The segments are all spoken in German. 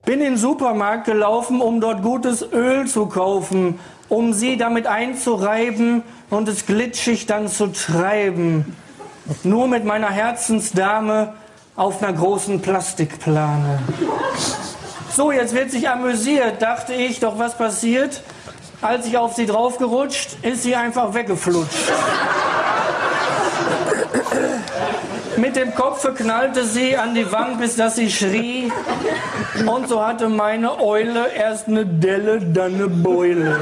Bin in den Supermarkt gelaufen, um dort gutes Öl zu kaufen, um sie damit einzureiben und es glitschig dann zu treiben. Nur mit meiner Herzensdame auf einer großen Plastikplane. So, jetzt wird sich amüsiert, dachte ich, doch was passiert? Als ich auf sie draufgerutscht, ist sie einfach weggeflutscht. Mit dem Kopf knallte sie an die Wand, bis dass sie schrie. Und so hatte meine Eule erst eine Delle, dann eine Beule.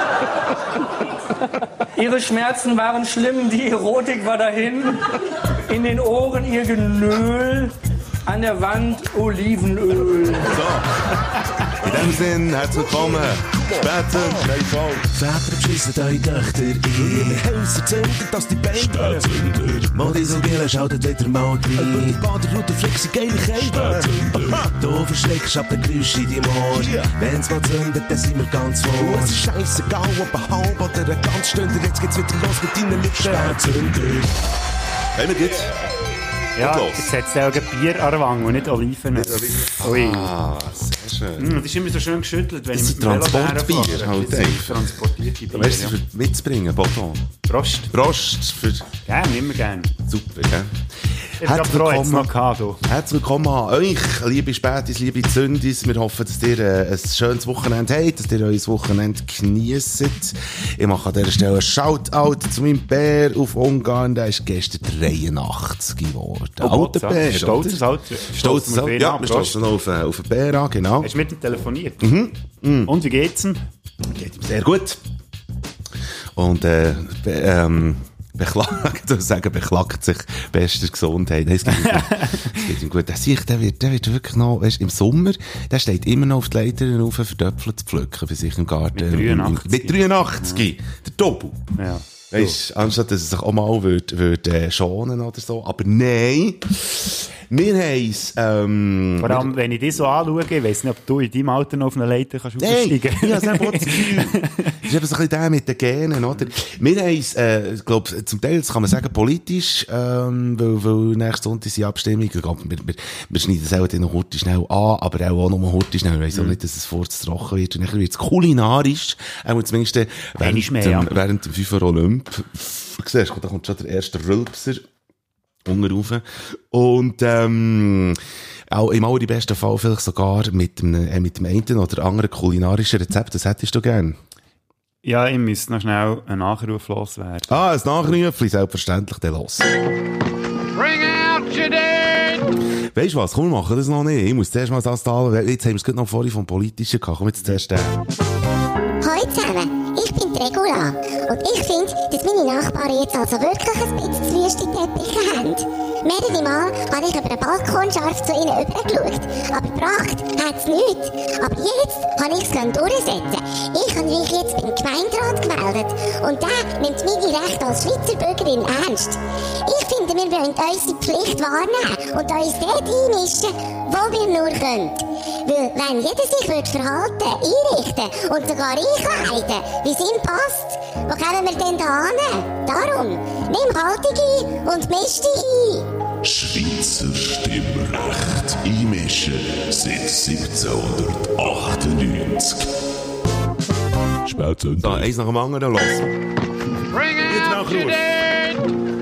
Ihre Schmerzen waren schlimm, die Erotik war dahin. In den Ohren ihr Genöl, an der Wand Olivenöl. So, in dem Sinn, herzlich willkommen. Später, Väter beschissen eure Töchter ein. Häuser zünden, dass die Beine Modisogele schaltet wieder mal rein. Die Baderroute fliegt sie geile Kälte. Du verschreckst ab den Geräusch in deinem Ohr. Wenn's mal zündet, dann sind wir ganz vor. Es ist scheissegal, ob ein halb oder eine ganze Stunde. Jetzt geht's wieder los mit deinen Lippen. Spätzünder. Hey, mir geht's. Ja, jetzt hat es auch Bier an der Wange und nicht Oliven. Ui. Ah, sehr schön. Das ist immer so schön geschüttelt, wenn das ich mit dem Transportbier halt einfach. Transportierte Bier. Weißt du, für mitzubringen, Botton? Prost. Prost. Gern, immer gern. Super, gell? Herzlich willkommen an euch, liebe Spätis, liebe Zündis. Wir hoffen, dass ihr ein schönes Wochenende habt, dass ihr euer Wochenende genießt. Ich mache an dieser Stelle ein Shoutout zu meinem Bär auf Ungarn. Der ist gestern 83 geworden. Alter Bär. Stolzes Alter. Stolzes Alter. Ja, wir stoßen noch auf den Bär an, genau. Hast du mit ihm telefoniert? Und wie geht's ihm? Geht ihm sehr gut. Und, beklagt sich bester Gesundheit. Es geht ihm gut. Der wird wirklich noch, weißt, im Sommer, der steht immer noch auf die Leiter rauf, für Töpfel zu pflücken bei sich im Garten. Mit 83. Mit 83. Ja. Der Doppel. Ja. Weißt, anstatt dass er sich auch mal würde schonen oder so. Aber nein. Wir haben's, vor allem, wenn ich dich so anschaue, ich weiss nicht, ob du in deinem Alter noch auf eine Leiter kannst aufsteigen. Nein, ja, das ist das Gefühl. Das ist eben so ein bisschen der mit den Genen, oder? Wir haben's, ich glaube, zum Teil, das kann man sagen, politisch, weil nächstes Sonntag sind Abstimmungen. Ich glaube, wir schneiden es auch noch heute schnell an, aber auch nur heute schnell. Ich weiss auch nicht, dass es vorzutrocken wird. Und dann wird es kulinarisch, auch zumindest während dem FIFA Olymp. Siehst du, da kommt schon der erste Rülpser. Rauf. Und, auch im allerbesten Fall vielleicht sogar mit dem einen oder anderen kulinarischen Rezept. Das hättest du gern. Ja, ich müsste noch schnell einen Nachruf loswerden. Ah, ein Nachruf, selbstverständlich, dann los. Bring out your dead! Weisst du was, komm, wir machen das noch nicht. Ich muss zuerst mal das zahlen. Jetzt haben wir es gerade noch vorhin vom Politischen gehabt. Komm jetzt zuerst den. Hallo zusammen, ich bin die Regula und ich finde, dass meine Nachbarn jetzt also wirklich ein bisschen zu Wüstenteppiche haben. Mehrere Mal habe ich über den Balkon scharf zu ihnen rübergeschaut, aber gebracht hat es nichts. Aber jetzt kann ich es durchsetzen. Ich habe mich jetzt beim Gemeinderat gemeldet und der nimmt meine Rechte als Schweizer Bürgerin ernst. Ich finde, wir wollen unsere Pflicht wahrnehmen und uns dort einmischen, wo wir nur können. Weil wenn jeder sich verhalten, einrichten und sogar einkleiden, wie es ihm passt, wo kommen wir denn da hin? Darum, nimm Haltung ein und misch dich ein. Schweizer Stimmrecht einmischen seit 1798. Spätzünder. Da, eins nach dem anderen, los. Bring out your dead!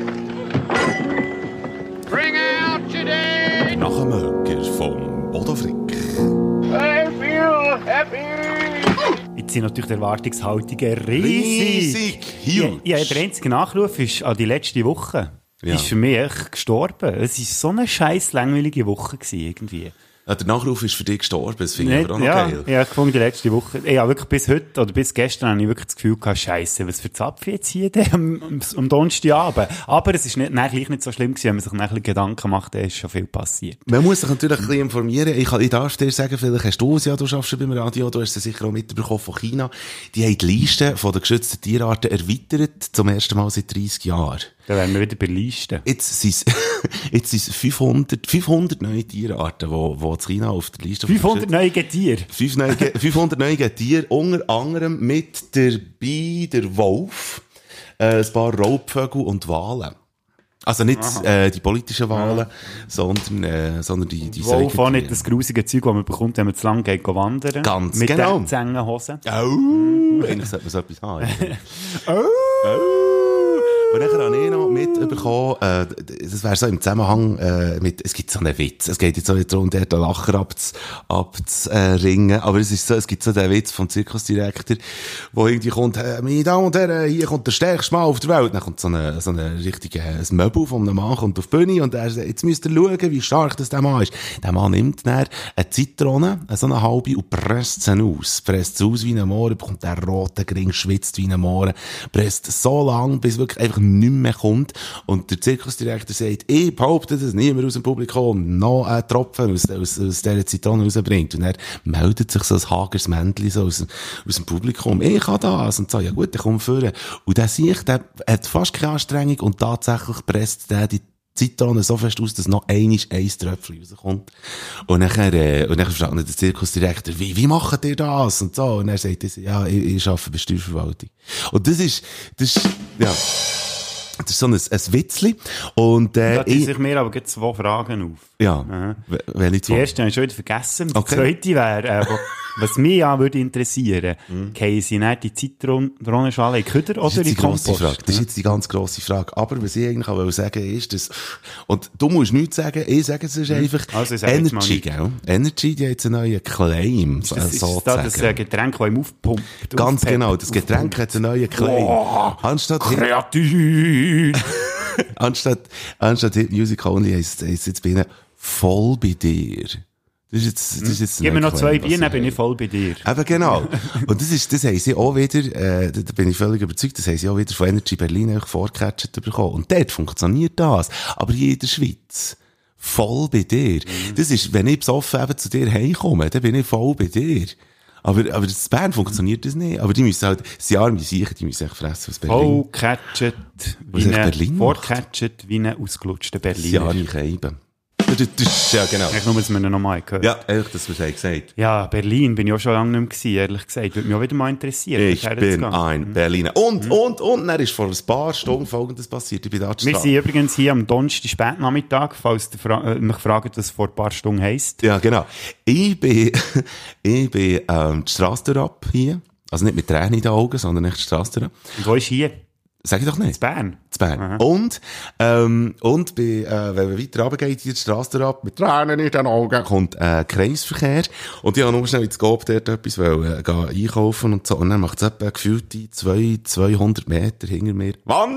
Bring out your dead! Nach dem Möger vom Bodo Frick. I feel happy! Jetzt sind natürlich die Erwartungshaltungen riesig. Huge. Ja, der einzige Nachruf ist an die letzte Woche. Ja. Ist für mich gestorben. Es war so eine scheiß langweilige Woche irgendwie. Ja, der Nachruf ist für dich gestorben, das finde ich aber auch noch geil. Ja, ich fand die letzte Woche, ja, wirklich bis heute oder bis gestern habe ich wirklich das Gefühl gehabt, Scheisse, was für Zapf jetzt hier am Donnerstagabend. Aber es ist gleich nicht so schlimm gewesen, wenn man sich ein bisschen Gedanken macht, da ist schon viel passiert. Man muss sich natürlich ein bisschen informieren. Ich darf dir sagen, vielleicht hast du es ja, du schaffst beim Radio, du hast es sicher auch mitbekommen von China. Die haben die Liste von den geschützten Tierarten erweitert, zum ersten Mal seit 30 Jahren. Da wären wir wieder bei Listen. Jetzt sind es 500 neue Tierarten, die China auf der Liste 500 neue Getiere. 500 neue Getiere, unter anderem mit dabei der Wolf, ein paar Raubvögel und Wale. Also nicht die politischen Wahlen, sondern die Wo von nicht das grusige Zeug, das man bekommt, wenn man zu lang geht wandern. Ganz mit genau. Mit den engen Hosen. Eigentlich sollte man so etwas haben. Und dann habe ich noch mitbekommen, das wäre so im Zusammenhang es gibt so einen Witz. Es geht jetzt auch nicht darum, den Lacher abzuringen, aber es gibt so den Witz vom Zirkusdirektor, wo irgendwie kommt, meine Damen und Herren, hier kommt der stärkste Mann auf der Welt. Dann kommt so eine richtige, ein Möbel von einem Mann kommt auf die Bühne und er sagt, jetzt müsst ihr schauen, wie stark das der Mann ist. Der Mann nimmt dann eine Zitrone, so eine halbe, und presst sie aus. Presst sie aus wie ein Mohren, bekommt der rote Gring, schwitzt wie ein Mohren, presst so lang, bis wirklich einfach nicht mehr kommt. Und der Zirkusdirektor sagt, ich behaupte, dass niemand aus dem Publikum noch einen Tropfen aus dieser Zitrone rausbringt. Und er meldet sich so ein hageres Männchen so aus dem Publikum. Ich kann das. Und so, ja gut, dann komm vorne. Und der sieht, der hat fast keine Anstrengung und tatsächlich presst der die Zitrone so fest aus, dass noch ein Tröpfchen rauskommt. Und dann fragt der Zirkusdirektor, wie macht ihr das? Und so. Und er sagt, ja, ich arbeite bei Steuerverwaltung. Und das ist so ein Witzli. Und, da sich mir aber jetzt 2 Fragen auf. Ja. Welche Die erste habe ich schon wieder vergessen. Die Okay. zweite wäre, was mich ja würde interessieren, gehen sie nicht die Zitronenschale in die Küder oder in die Kompost? Frage. Das ist jetzt die ganz grosse Frage. Aber was ich eigentlich auch sagen will, ist, dass, und du musst nichts sagen, ich sage es ist einfach, Also, ich sage jetzt mal Energy, nicht. gell? Energy, die hat jetzt einen neuen Claim, Ist das Getränk, das ihm aufpumpt? Ganz genau, das Getränk hat einen neuen Claim. Kreatin! Anstatt Hit Music Only heisst es jetzt bei ihnen voll bei dir. Das ist jetzt Gib mir noch 2 Bier, Claim, dann bin ich voll bei dir. Eben genau. Und das haben sie auch wieder, da bin ich völlig überzeugt, das haben sie auch wieder von Energy Berlin vorgecatcht bekommen. Und dort funktioniert das. Aber hier in der Schweiz, voll bei dir. Das ist, wenn ich besoffen eben zu dir heimkomme, dann bin ich voll bei dir. Aber in Bern funktioniert das nicht. Aber die müssen halt, die arme Siechen, die müssen echt fressen aus Berlin. Vorgecatcht wie ein ausgelutschter Die Berliner. arme Keiben. Ja, genau. Ich nur, dass wir ihn noch mal gehört. Ja, ehrlich, das was er gesagt. Ja, Berlin bin ich auch schon lange nicht mehr gewesen, ehrlich gesagt. Würde mich auch wieder mal interessieren. Ich bin ein Berliner. Und dann ist vor ein paar Stunden Folgendes passiert. Ich bin da Wir sind übrigens hier am Donnerstag Spätnachmittag, falls ihr mich fragt, was vor ein paar Stunden heisst. Ja, genau. Ich bin die Strasse ab hier. Also nicht mit Tränen in den Augen, sondern echt die Strasse ab. Und wo ist hier? Sag ich doch nicht. In Bern. Zu Bern. Aha. Und wenn man weiter runtergeht, die Strasse ab, mit Tränen in den Augen, kommt Kreisverkehr. Und ich habe nur schnell ins Coop dort etwas gehen einkaufen und so. Und dann macht es etwa gefühlt 200 Meter hinter mir.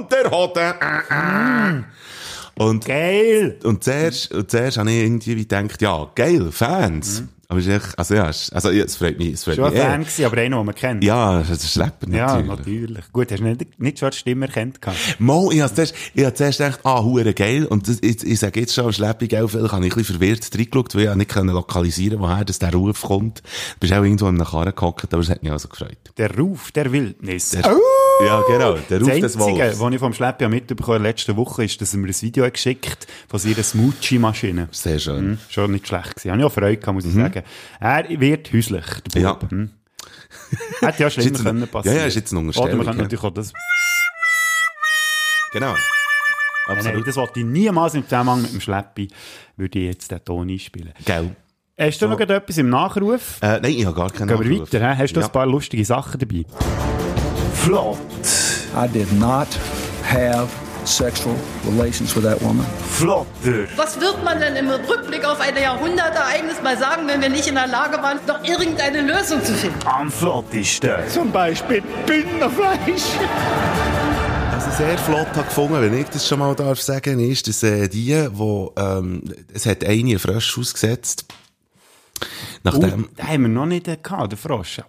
Wanderhoden! Und, Geil! und zuerst habe ich irgendwie gedacht, ja, geil, Fans. Aber es ist echt, es freut mich, Schon ein Fan gewesen, aber einer, den man kennt. Ja, das ist ein Schlepper, Ja, natürlich. natürlich. Gut, hast du nicht schon die Stimme erkannt gehabt? Mo, ich habe zuerst gedacht, hure geil. Und ich sage jetzt schon, Schleppi, geil, vielleicht habe ich ein bisschen verwirrt reingeschaut, weil ich nicht lokalisieren konnte, woher der Ruf kommt. Du bist auch irgendwo in einem Karren gehockt, aber es hat mich also gefreut. Der Ruf der Wildnis. Ja, genau, der Ruf Das des Wolfs. Einzige, was ich vom Schleppi mitbekommen letzte Woche, ist, dass er mir ein Video hat geschickt von seiner Smoochie-Maschine. Sehr schön. Schon nicht schlecht gewesen. Habe ich auch Freude gehabt, muss ich sagen. Er wird häuslich, der Ja. Bub. Hätte ja schlimmer können passieren. Ja, ist jetzt eine Oder Unterstellung. man kann ja. natürlich auch das... Genau. Nein, Absolut. das wollte ich niemals im Zusammenhang mit dem Schleppi, würde ich jetzt den Ton einspielen. Geil. Hast du noch etwas im Nachruf? Nein, ich habe gar keinen Gehen wir Nachruf. weiter, he? Hast du Ja. ein paar lustige Sachen dabei? Flott. I did not have sexual relations with that woman. Flotter! Was wird man denn im Rückblick auf ein Jahrhundertereignis mal sagen, wenn wir nicht in der Lage waren, noch irgendeine Lösung zu finden? Am flottesten! Zum Beispiel Bündnerfleisch. Also sehr flott habe gefunden, wenn ich das schon mal darf sagen, ist, dass es hat eine Frosch ausgesetzt. Nachdem, Den haben wir noch nicht gehabt, der Frosch.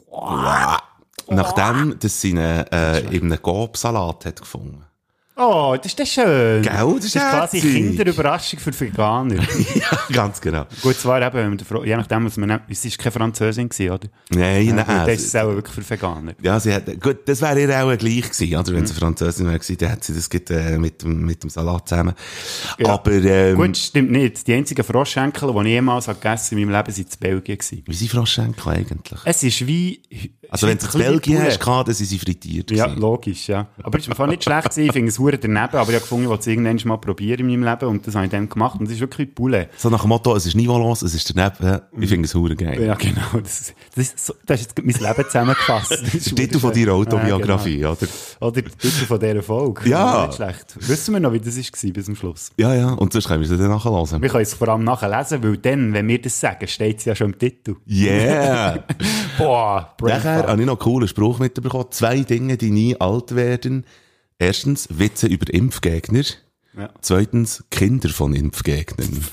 nachdem dass sie ihn in einem Gobsalat hat gefunden. Oh, das ist das schön. Gell, das ist quasi herzig. Kinderüberraschung für Veganer. Ja, ganz genau. Gut, zwar eben, wenn man je nachdem, was man nimmt, es war keine Französin gewesen, oder? Nein, Ja, nein. gut, das ist auch wirklich für Veganer. Ja, sie hat, gut, das wäre ihr auch gleich gewesen, oder? Wenn sie Französin wäre gewesen, dann hätte sie das mit dem Salat zusammen. Ja. Aber, Gut, stimmt nicht. Die einzigen Froschschenkel, die ich jemals gegessen habe in meinem Leben, waren in Belgien gewesen. wie sind Froschschenkel eigentlich? Es ist wie... Also wenn du in Belgien hast, dann sind sie frittiert Ja, gewesen. logisch, ja. Aber es war nicht schlecht gewesen. Ich finde es hure daneben, aber ich habe gefunden, ich wollte es irgendwann mal probieren in meinem Leben und das habe ich dann gemacht und das ist wirklich Poulet. So nach dem Motto, es ist niveaulos, es ist daneben, ich finde es hure geil. Ja, genau. Das ist jetzt mein Leben zusammengefasst. Das ist Der Titel von deiner Autobiografie, genau. oder? Oder der Titel von dieser Folge. Ja. Nicht schlecht. Wissen wir noch, wie das war bis zum Schluss? Ja, und sonst können wir es dann nachhören. Wir können es vor allem nachlesen, weil dann, wenn wir das sagen, steht es ja schon im Titel. Yeah! Boah, Nachher habe ich noch einen coolen Spruch mitbekommen. 2 Dinge, die nie alt werden. Erstens, Witze über Impfgegner. Ja. Zweitens, Kinder von Impfgegnern.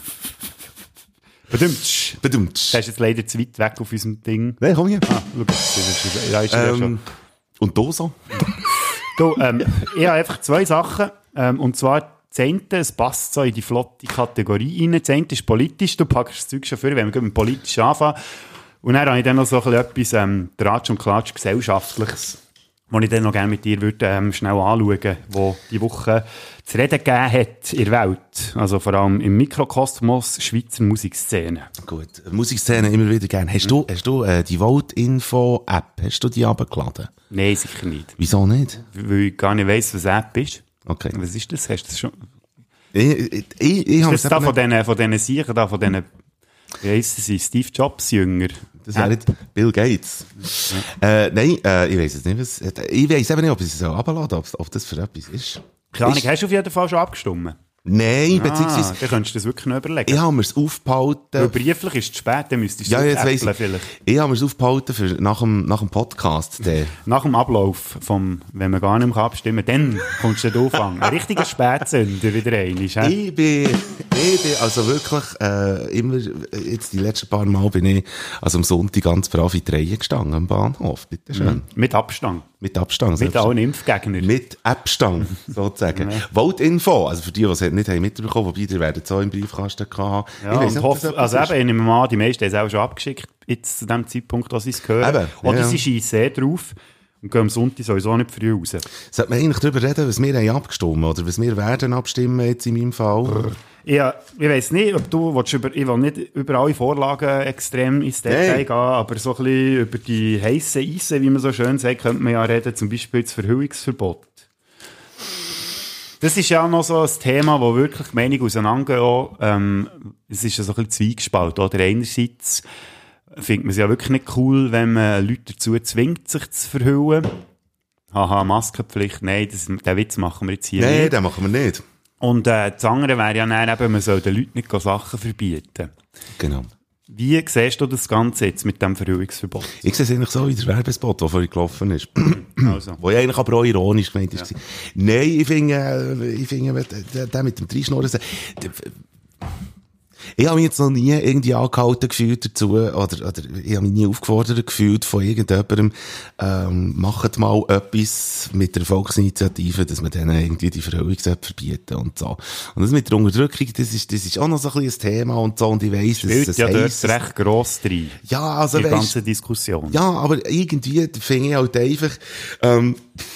Bedummt. Das ist jetzt leider zu weit weg auf unserem Ding. Nein, komm hier. Ah, schau, ist ja schon. Und du so? Du, ich habe einfach 2 Sachen. Und zwar, das eine, es passt so in die flotte Kategorie rein. Das eine ist politisch. Du packst das Zeug schon vor, wenn wir mit politisch anfangen. Und dann habe ich dann noch so etwas Tratsch und Klatsch Gesellschaftliches, was ich dann noch gerne mit dir würde, schnell anschauen, wo die Woche zu reden gegeben hat in der Welt. Also vor allem im Mikrokosmos Schweizer Musikszene. Gut, Musikszene immer wieder gerne. Hast du die Volt-Info-App, hast du die runtergeladen? Nein, sicher nicht. Wieso nicht? Weil ich gar nicht weiss, was App ist. Okay. Was ist das? Hast du das schon? Ich Ist das da von diesen Siechen da, von diesen, wie heissen sie, Steve Jobs Jünger? Das wäre nicht Bill Gates. Ja. Nein, ich weiss es nicht. Ich weiss eben nicht, ob ich es so runterladen, ob das für etwas ist. Keine Ahnung, hast du auf jeden Fall schon abgestimmt? Nein, beziehungsweise... Dann könntest du das wirklich noch überlegen. Ich habe mir es aufgehalten... Weil brieflich ist es zu spät, dann müsstest du ja, jetzt weiss vielleicht. Ich habe mir es aufgehalten für nach dem Podcast. Nach dem Ablauf, wenn man gar nicht mehr abstimmen kann, dann kommst du dann anfangen. Ein richtiger Spätsünder wieder einmal. Ich bin also wirklich immer, jetzt die letzten paar Mal bin ich also am Sonntag ganz brav in die Reihe gestanden am Bahnhof. Bitte schön. Mit Abstand. Mit Abstand. Mit allen Impfgegnern. Mit Abstand, sozusagen. Volt-Info, also für die es nicht mitbekommen, wobei die werden es auch im Briefkasten haben. Ja, ich hoffe, also eben, ich nehme mal an, die meisten haben es auch schon abgeschickt, jetzt zu dem Zeitpunkt, als sie es hören. Eben, oder ja. sie schiessen drauf und gehen am Sonntag sowieso nicht früh raus. Sollte man eigentlich darüber reden, was wir haben abgestimmt oder was wir werden abstimmen jetzt in meinem Fall? Ja, ich weiss nicht, ob du willst ich will nicht über alle Vorlagen extrem ins Detail gehen, aber so ein bisschen über die heissen Eisen, wie man so schön sagt, könnte man ja reden, zum Beispiel das Verhüllungsverbot. Das ist ja noch so ein Thema, wo wirklich die Meinungen auseinandergehen. Es ist ja so ein bisschen zwiegespalten. Oder einerseits findet man es ja wirklich nicht cool, wenn man Leute dazu zwingt, sich zu verhüllen. Haha, Maskenpflicht, nein, den Witz machen wir jetzt hier nicht. Nein, den machen wir nicht. Und das andere wäre ja dann eben, man soll den Leuten nicht Sachen verbieten. Genau. Wie siehst du das Ganze jetzt mit dem Verhüllungsverbot? Ich sehe es eigentlich so wie der Werbespot, der vorhin gelaufen ist. Also. Wo ja eigentlich aber auch ironisch gemeint ist. Ja. Nein, ich finde, der mit dem Dreischnurren, ich habe mich jetzt noch nie irgendwie angehalten gefühlt dazu, oder ich habe mich nie aufgefordert gefühlt von irgendjemandem, macht mal etwas mit der Volksinitiative, dass man denen irgendwie die Verhüllung verbieten und so. Und das mit der Unterdrückung, das ist auch noch so ein bisschen ein Thema und so, und ich weiss, dass es ja dort recht gross drin. Ja, also die ganze Diskussion. Ja, aber irgendwie finde ich halt einfach, nein,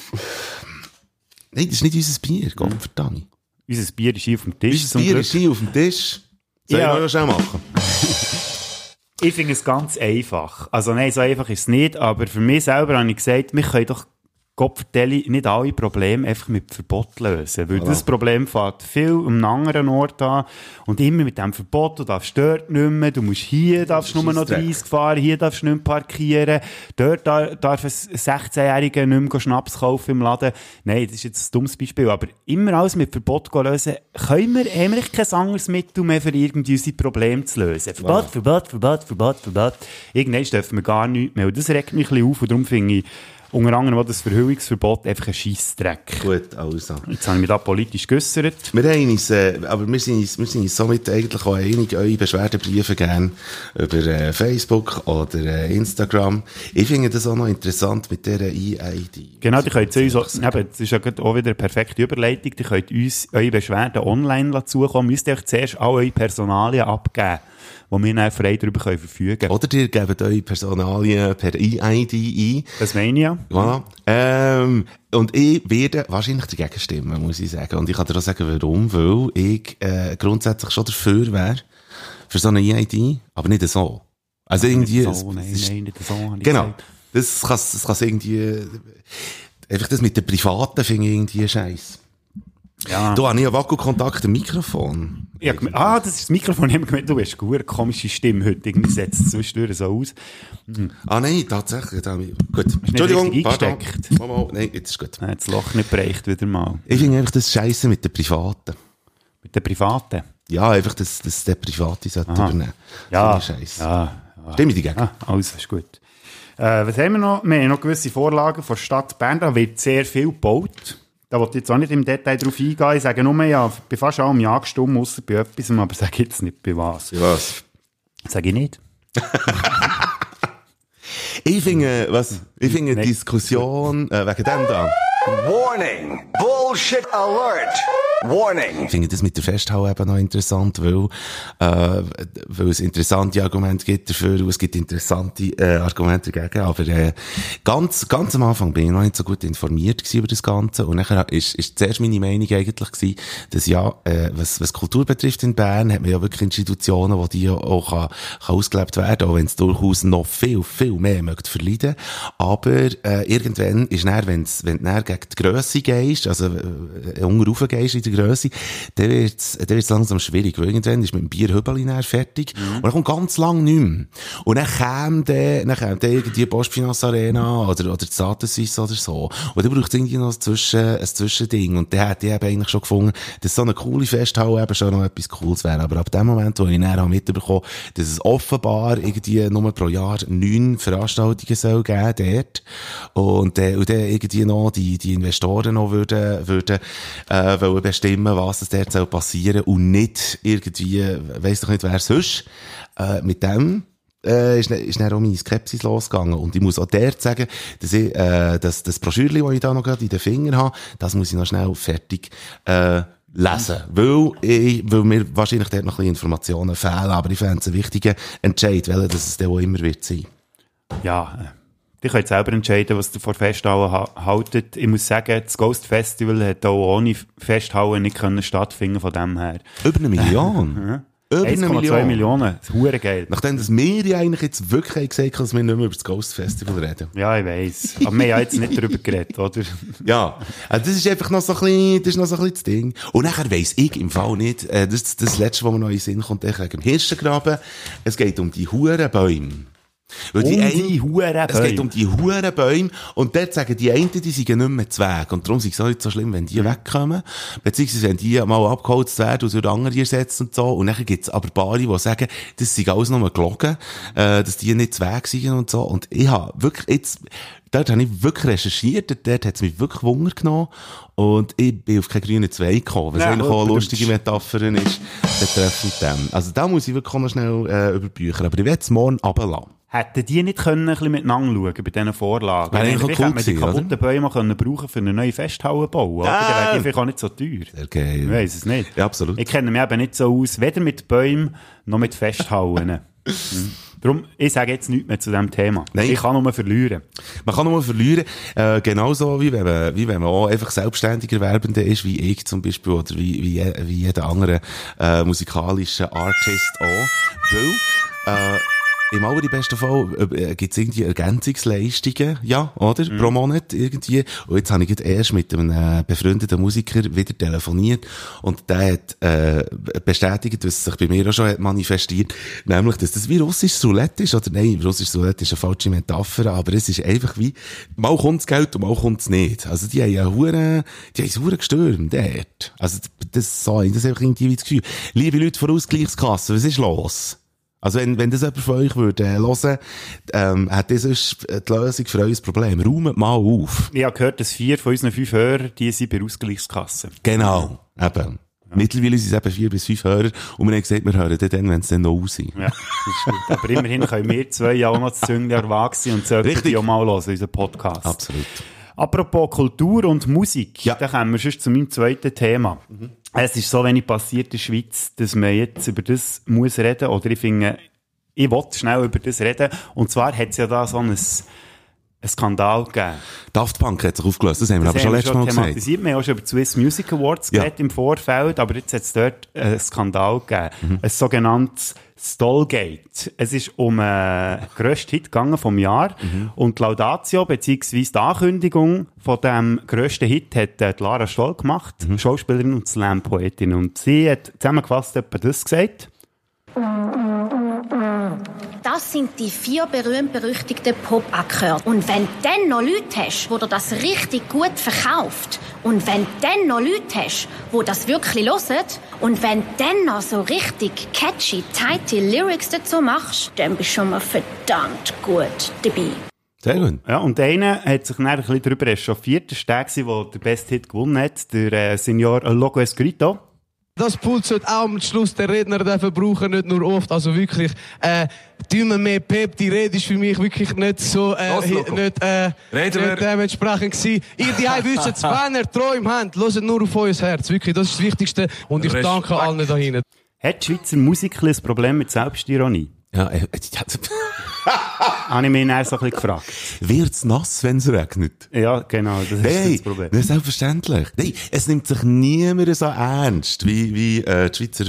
das ist nicht unser Bier, Gott verdammt. Unser Bier ist hier auf dem Tisch. Unser Bier ist hier auf dem Tisch. Soll ich mal schnell machen? Ich finde es ganz einfach. Also nein, so einfach ist es nicht, aber für mich selber habe ich gesagt, wir können doch Gottverdeli nicht alle Probleme einfach mit Verbot lösen. Weil das Problem fängt viel am anderen Ort an. Und immer mit dem Verbot, du darfst dort nicht mehr, du musst hier, darfst nur noch 30 fahren, hier darfst du nicht mehr parkieren, dort darf ein 16-Jähriger nicht mehr Schnaps kaufen im Laden. Nein, das ist jetzt ein dummes Beispiel, aber immer alles mit Verbot lösen, haben wir kein anderes Mittel mehr, für irgendwie unsere Probleme zu lösen. Verbot. Irgendwann dürfen wir gar nichts mehr. Und das regt mich ein bisschen auf und darum finde ich, unter anderem auch das Verhüllungsverbot einfach ein Scheissdreck. Gut, also. Jetzt haben wir da politisch geäussert. Wir haben uns, aber wir sind uns somit eigentlich auch einig, eure Beschwerdebriefe gerne über Facebook oder Instagram. Ich finde das auch noch interessant mit dieser EID. Genau, die könnt uns, das ist ja auch wieder eine perfekte Überleitung, die könnt uns eure Beschwerden online zukommen, müsst ihr euch zuerst alle eure Personalien abgeben, wo wir dann frei darüber verfügen können. Oder ihr gebt eure Personalien per EID ein. Das meine ich ja. Voilà. Und ich werde wahrscheinlich dagegen stimmen, muss ich sagen. Und ich kann dir auch sagen, warum. Weil ich grundsätzlich schon dafür wäre, für so eine EID, aber nicht so. Also irgendwie... Nicht so, nein, nicht so, habe ich genau. gesagt. Das kann irgendwie... Einfach das mit den Privaten finde ich irgendwie scheiße. Ja. Du hast nie einen Wackelkontakt im Mikrofon. Ja, das ist das Mikrofon. Ich habe gemeint, du hast eine komische Stimme heute. Irgendwie setzt es zwischendurch so aus. Nein, tatsächlich. Gut. Nicht Entschuldigung, richtig pardon. eingesteckt. Mal. Nein, jetzt ist gut. Das Loch nicht bereicht wieder mal. Ich finde einfach das Scheisse mit den Privaten. Mit den Privaten? Ja, einfach, dass der Private übernehmen. Ja. Scheiße. Ja. Stimme ich dagegen. Also, ist gut. Was haben wir noch? Wir haben noch gewisse Vorlagen von der Stadt Bern. Da wird sehr viel gebaut. Da wollte ich jetzt auch nicht im Detail drauf eingehen. Ich sage nur, ja, bei fast allem Ja gestimmt, ausser bei etwas, aber sage jetzt nicht bei was. Bei was? Sage ich nicht. Ich finde die Diskussion wegen dem da. Warning! Bullshit alert! Warning! Ich finde das mit der Festhalle eben noch interessant, weil es interessante Argumente gibt dafür und es gibt interessante Argumente dagegen. Aber ganz am Anfang bin ich noch nicht so gut informiert gewesen über das Ganze und nachher ist zuerst meine Meinung eigentlich gewesen, dass ja, was Kultur betrifft in Bern, hat man ja wirklich Institutionen, wo die ja auch kann ausgelebt werden, auch wenn es durchaus noch viel, viel mehr möchte verleiden. Aber irgendwann ist dann, wenn du dann gegen die Grösse gehst, also unten gehst in der Grösse, dann wird's langsam schwierig, weil irgendwann ist mit dem Bierhübeli fertig und dann kommt ganz lang nicht mehr. Und dann käme dann irgendwie Postfinance Arena oder die Sata Suisse oder so. Und dann braucht es irgendwie noch ein Zwischending. Und dann hätte ich eben eigentlich schon gefunden, dass so eine coole Festhalle eben schon noch etwas Cooles wäre. Aber ab dem Moment, wo ich dann mitbekommen, dass es offenbar irgendwie nur pro Jahr 9 Veranstaltungen soll geben dort und dann irgendwie noch die Investoren noch wollen bestimmen, was es dort soll passieren und nicht irgendwie, weiss doch nicht wer sonst, mit dem ist dann auch meine Skepsis losgegangen. Und ich muss auch dort sagen, dass ich, das Broschürchen, das ich da noch gerade in den Fingern habe, das muss ich noch schnell fertig, lesen. Weil mir wahrscheinlich dort noch ein bisschen Informationen fehlen, aber ich fände es einen wichtigen Entscheid, weil das es dann auch immer wird sein. Ja, ihr könnt selber entscheiden, was ihr vor Festhallen haltet. Ich muss sagen, das Ghost Festival hat auch ohne Festhallen nicht stattfinden von dem her. Über 1 Million? Über 1,2 Millionen. Das ist hure Geld. Nachdem dass wir ja eigentlich jetzt wirklich gesagt haben, dass wir nicht mehr über das Ghost Festival reden. Ja, ich weiss. Aber wir haben jetzt nicht darüber geredet, oder? Ja. Also das ist einfach noch so ein bisschen, das Ding. Und nachher weiss ich im Fall nicht, das ist das Letzte, was mir noch in den Sinn kommt, wegen dem Hirschengraben. Es geht um die Hurenbäume. Es geht um die Hurenbäume. Und dort sagen die einen, die sind nicht mehr zu Weg. Und darum ist es auch nicht so schlimm, wenn die wegkommen. Beziehungsweise, wenn die mal abgeholzt werden und durch andere ersetzt und so. Und dann gibt's aber Paare, die sagen, das sind alles nur gelogen, dass die nicht zu Weg sind und so. Und ich habe wirklich dort habe ich wirklich recherchiert, dort hat es mich wirklich Wunder genommen. Und ich bin auf keine grünen Zweig gekommen, was eigentlich auch eine lustige Metapher ist, betreffend dem. Also da muss ich wirklich noch schnell überbüchern. Aber ich werde es morgen runterlassen. Hätten die nicht können ein bisschen mit schauen bei diesen Vorlagen? Wäre eigentlich cool gewesen, die kaputten Bäume können brauchen für eine neue Festhalle bauen. Oder? Dann wäre die vielleicht auch nicht so teuer. Sehr geil. Ich weiss es nicht. Ja, absolut. Ich kenne mich eben nicht so aus, weder mit Bäumen noch mit Festhallen. Darum, ich sage jetzt nichts mehr zu diesem Thema. Nein. Ich kann nur verlieren. Man kann nur verlieren, genauso wie wenn man auch einfach selbstständiger Werbender ist, wie ich zum Beispiel, oder wie jeder andere musikalische Artist auch. Weil, im allerbesten Fall gibt's irgendwie Ergänzungsleistungen, ja, oder? Pro Monat irgendwie. Und jetzt habe ich erst mit einem befreundeten Musiker wieder telefoniert und der hat bestätigt, was sich bei mir auch schon hat manifestiert, nämlich, dass das wie russisches Roulette ist. Oder nein, russisches Roulette ist eine falsche Metapher, aber es ist einfach wie, mal kommt's Geld und mal kommt's nicht. Also die haben ja hure gestürmt dort. Also das ist einfach irgendwie das Gefühl. Liebe Leute von Ausgleichskasse, was ist los? Also wenn das jemand von euch würde hören, hat das sonst die Lösung für euer Problem. Räumt mal auf. Ich habe gehört, dass 4 von unseren 5 Hörern, die sind bei Ausgleichskasse. Genau, eben. Ja. Mittlerweile sind es eben 4 bis 5 Hörer und wir haben gesagt, wir hören dann, wenn es dann noch aus sind. Ja, das ist gut. Aber immerhin können wir 2 ja auch noch das Zünglein erwachsen und sollten die auch mal hören, unseren Podcast. Absolut. Apropos Kultur und Musik, ja. Da kommen wir schon zu meinem zweiten Thema. Es ist so wenig passiert in der Schweiz, dass man jetzt über das muss reden, oder ich finde, ich will schnell über das reden. Und zwar hat es ja da so ein Skandal gegeben. Daft Punk hat sich aufgelöst, das haben wir aber schon letztes Mal gesagt. Wir haben auch schon über die Swiss Music Awards geredet im Vorfeld, aber jetzt hat es dort einen Skandal gegeben. Ein sogenanntes Stallgate. Es ist um den grössten Hit gegangen vom Jahr und die Laudatio bzw. die Ankündigung von dem grössten Hit hat die Lara Stoll gemacht, Schauspielerin und Slam-Poetin. Und sie hat zusammengefasst etwa das gesagt. Das sind die 4 berühmt-berüchtigten Pop-Akkorde. Und wenn du dann noch Leute hast, die dir das richtig gut verkauft, und wenn du dann noch Leute hast, die das wirklich hören, und wenn du dann noch so richtig catchy, tighte Lyrics dazu machst, dann bist du schon mal verdammt gut dabei. Sehr gut. Ja, und einer hat sich dann ein bisschen darüber echauffiert. Das war der der beste Hit gewonnen hat, der Signor Loco Escrito. Das Pult sollte auch am Schluss der Redner brauchen, nicht nur oft. Also wirklich, tun wir mehr Pep. Die Rede ist für mich wirklich nicht so, nicht dementsprechend gewesen. Ihr die wisst es, wenn ihr Träume habt, hört nur auf euer Herz. Wirklich, das ist das Wichtigste. Und ich danke allen da hinten. Hat die Schweizer Musik ein Problem mit Selbstironie? Ja, habe ich mich dann so ein bisschen gefragt. Wird's nass, wenn es regnet? Ja, genau, das ist das Problem. Nein, selbstverständlich. Nein, es nimmt sich niemand so ernst, wie die Schweizer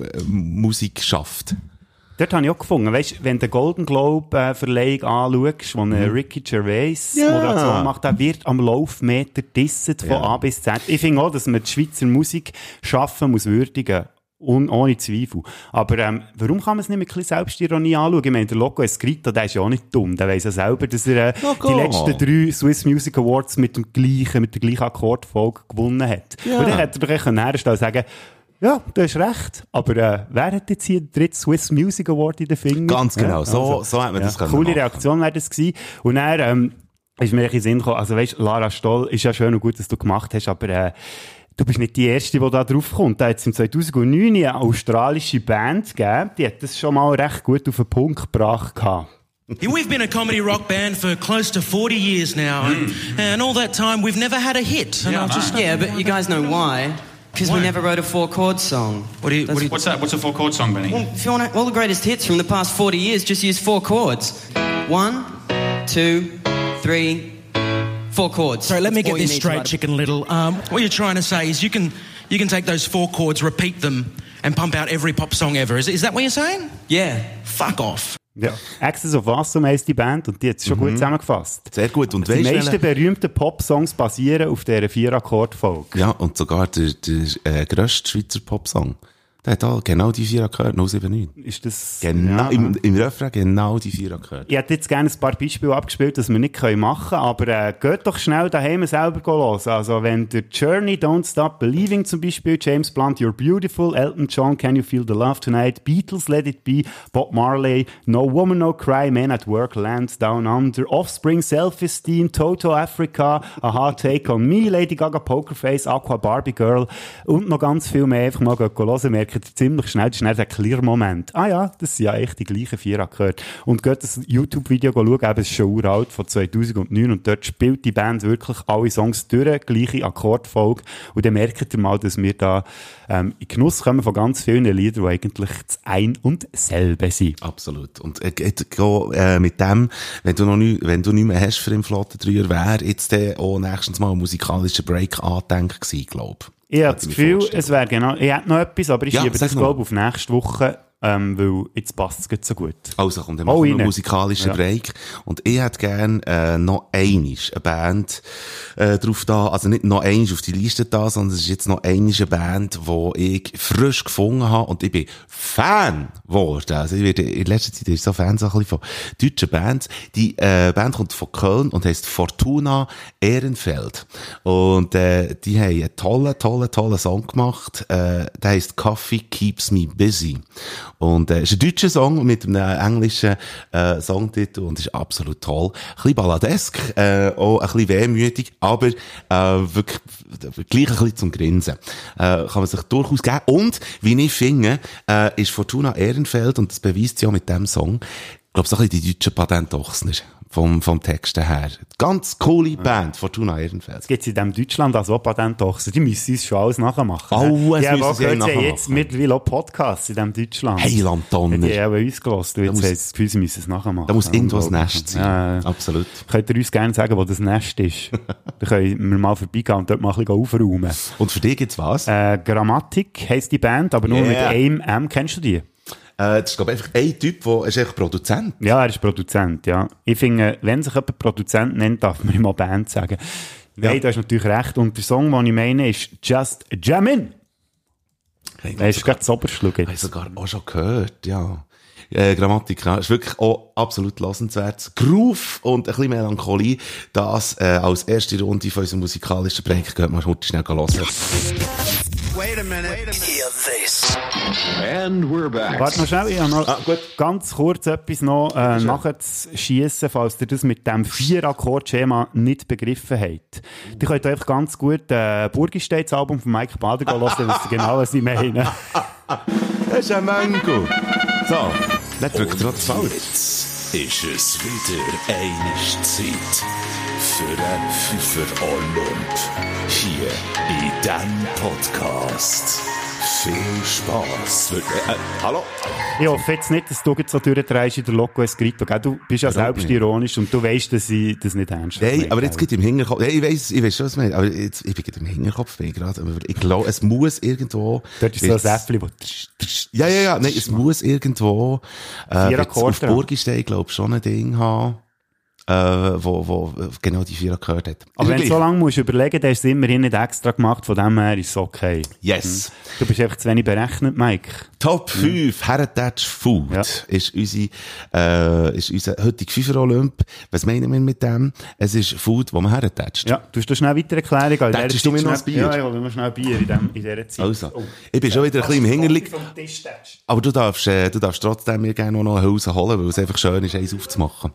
Musik schafft. Dort habe ich auch gefunden, weißt, wenn du den Golden Globe Verleihung anschaust, wo Ricky Gervais Moderation macht, der wird am Laufmeter disset von A bis Z. Ich finde auch, dass man die Schweizer Musik schaffen muss würdigen. Ohne Zweifel. Aber warum kann man es nicht mit ein bisschen Selbstironie anschauen? Ich meine, der Loco Escrito, der ist ja auch nicht dumm. Der weiss ja selber, dass er die letzten 3 Swiss Music Awards mit der gleichen Akkordfolge gewonnen hat. Ja. Und dann hätte er doch herstellen sagen, ja, du hast recht. Aber wer hat jetzt hier den 3. Swiss Music Award in den Fingern? Ganz genau, so hat man das können coole machen. Reaktion wäre das gewesen. Und dann ist mir in den Sinn gekommen, also weisst, Lara Stoll, ist ja schön und gut, dass du gemacht hast, aber du bist nicht die Erste, die da drauf kommt. Da hat es im 2009 eine australische Band gegeben, die hat das schon mal recht gut auf den Punkt gebracht. We've been a comedy rock band for close to 40 years now, and all that time we've never had a hit. Yeah, but you guys know why? Because we never wrote a 4-chord song. What's that? What's a 4-chord song, Benny? Well, if you want all the greatest hits from the past 40 years, just use 4 chords. 1, 2, 3... 4 chords. Sorry, let me get this straight, Chicken Little. What you're trying to say is you can take those 4 chords, repeat them, and pump out every pop song ever. Is that what you're saying? Yeah. Fuck off. Ja. Access of Awesome heisst die Band und die hat es schon gut zusammengefasst. Sehr gut. Und die meisten berühmten Pop-Songs basieren auf dieser 4-Akkord-Folge. Ja, und sogar der grösste Schweizer Popsong. Der hat auch genau die 4 Akkorde, 079. Ist das... Genau, ja. im Refrain genau die 4 Akkorde. Ich hätte jetzt gerne ein paar Beispiele abgespielt, dass wir nicht machen können, aber geht doch schnell daheim selber hören. Also wenn der Journey, Don't Stop Believing zum Beispiel, James Blunt, You're Beautiful, Elton John, Can You Feel the Love Tonight, Beatles, Let It Be, Bob Marley, No Woman, No Cry, Man at Work, Land Down Under, Offspring, Self-Esteem, Toto Africa, A Hard Take on Me, Lady Gaga, Pokerface, Aqua, Barbie Girl und noch ganz viel mehr. Einfach mal hören, merkt ihr ziemlich schnell, das ist schnell der Clear-Moment. Ah ja, das sind ja echt die gleichen 4 Akkorde. Und geht das YouTube-Video schauen, eben, es ist schon uralt, von 2009, und dort spielt die Band wirklich alle Songs durch, gleiche Akkordfolge. Und dann merkt ihr mal, dass wir da in Genuss kommen von ganz vielen Liedern, die eigentlich das ein und selbe sind. Absolut. Und mit dem, wenn du nicht mehr hast für den Flotten 3er, wäre jetzt auch nächstens mal ein musikalischer Break angedenkt gewesen, glaube ich. Ich habe das Gefühl, es wäre genau, ich hätte noch etwas, aber ich schiebe das, glaube ich, auf nächste Woche, weil jetzt passt es so gut. Also kommt dann machen wir einen musikalischen Break. Und ich hätte gerne noch einmal eine Band drauf da, also nicht noch einmal auf die Liste da, sondern es ist jetzt noch einmal eine Band, die ich frisch gefunden habe und ich bin Fan geworden. Also ich werde in letzter Zeit ist so Fan so ein bisschen von deutschen Bands. Die Band kommt von Köln und heisst Fortuna Ehrenfeld. Und die haben einen tollen Song gemacht. Der heisst Coffee Keeps Me Busy. Und ist ein deutscher Song mit einem englischen Songtitel und ist absolut toll. Ein bisschen balladesk, auch ein bisschen wehmütig, aber wirklich gleich ein bisschen zum Grinsen. Kann man sich durchaus geben. Und, wie ich finde, ist Fortuna Ehrenfeld, und das beweist sie auch mit diesem Song, ich glaube, so ein bisschen die deutschen Patent Ochsner. vom Text her. Ganz coole Band, Fortuna Ehrenfeld. Es gibt in diesem Deutschland also auch Patentochsen, die müssen uns schon alles nachmachen. Oh, es müssen sie nachmachen. Jetzt mittlerweile auch Podcasts in diesem Deutschland. Hey, Landtonner. Die haben uns gehört. Jetzt haben sie das Gefühl, sie müssen es nachmachen. Da muss irgendwo ein Nest sein. Ja. Absolut. Könnt ihr uns gerne sagen, wo das Nest ist? Dann können wir mal vorbeigehen und dort mal ein bisschen aufräumen. Und für dich gibt's was? Grammatik heisst die Band, aber nur mit einem M. Kennst du die? Das ist, glaube ich, einfach ein Typ, der ist echt Produzent. Ja, er ist Produzent, ja. Ich finde, wenn sich jemand Produzent nennt, darf man ihm auch Band sagen. Nein, da ist natürlich recht. Und der Song, den ich meine, ist Just Jammin'. Er ist gerade das Oberschluck. Ich habe sogar auch schon gehört, ja. Grammatik, ist wirklich auch absolut lassenswert. Groove und ein bisschen Melancholie. Das als erste Runde von unserem musikalischen Projekt gehört man heute schnell hören. Wait a minute. Hear this. And we're back. Warte noch schnell, ich habe noch ganz kurz etwas noch nachher zu schiessen, falls ihr das mit dem 4-Akkord-Schema nicht begriffen habt. Die könnt einfach ganz gut Burgisteins-Album von Mike Bader hören, wisst ihr genau, was ich meine. Das ist ein Mango. So, dann drückt er das falsch. Jetzt ist es wieder eine Zeit für einen Pfeifer Olymp. Hier in diesem Podcast. Viel Spass. Hallo? Ich hoffe jetzt nicht, dass du jetzt so durchdrehst in der Loco Escrito. Du bist ja selbst ironisch und du weißt, dass ich das nicht ernst nehme. Nein, aber jetzt geht im Hinterkopf. Ich weiss schon, was man. Aber jetzt, ich bin im Hinterkopf gerade. Aber ich glaube, es muss irgendwo. Dort ist so ein Säffli, wo. Ja. Nein, es muss irgendwo. Auf Burgistein, glaube ich, schon ein Ding haben. Wo genau die 4 gehört hat. Aber wenn du so lange musst überlegen, dann ist es immerhin nicht extra gemacht, von dem her ist es okay. Yes. Du bist einfach zu wenig berechnet, Mike. Top 5 Heritage Food ist unser heutiger Pfeifer Olymp. Was meinen wir mit dem? Es ist Food, das man heretatscht. Ja, du hast da schnell weiter Erklärung. Tätschst du mir noch ein Bier? Ja, ich hole mir schnell Bier in dieser Zeit. Also, ich bin schon wieder ein bisschen im Hinterlieg. Aber du darfst trotzdem mir gerne noch eine Hülse holen, weil es einfach schön ist, eins aufzumachen.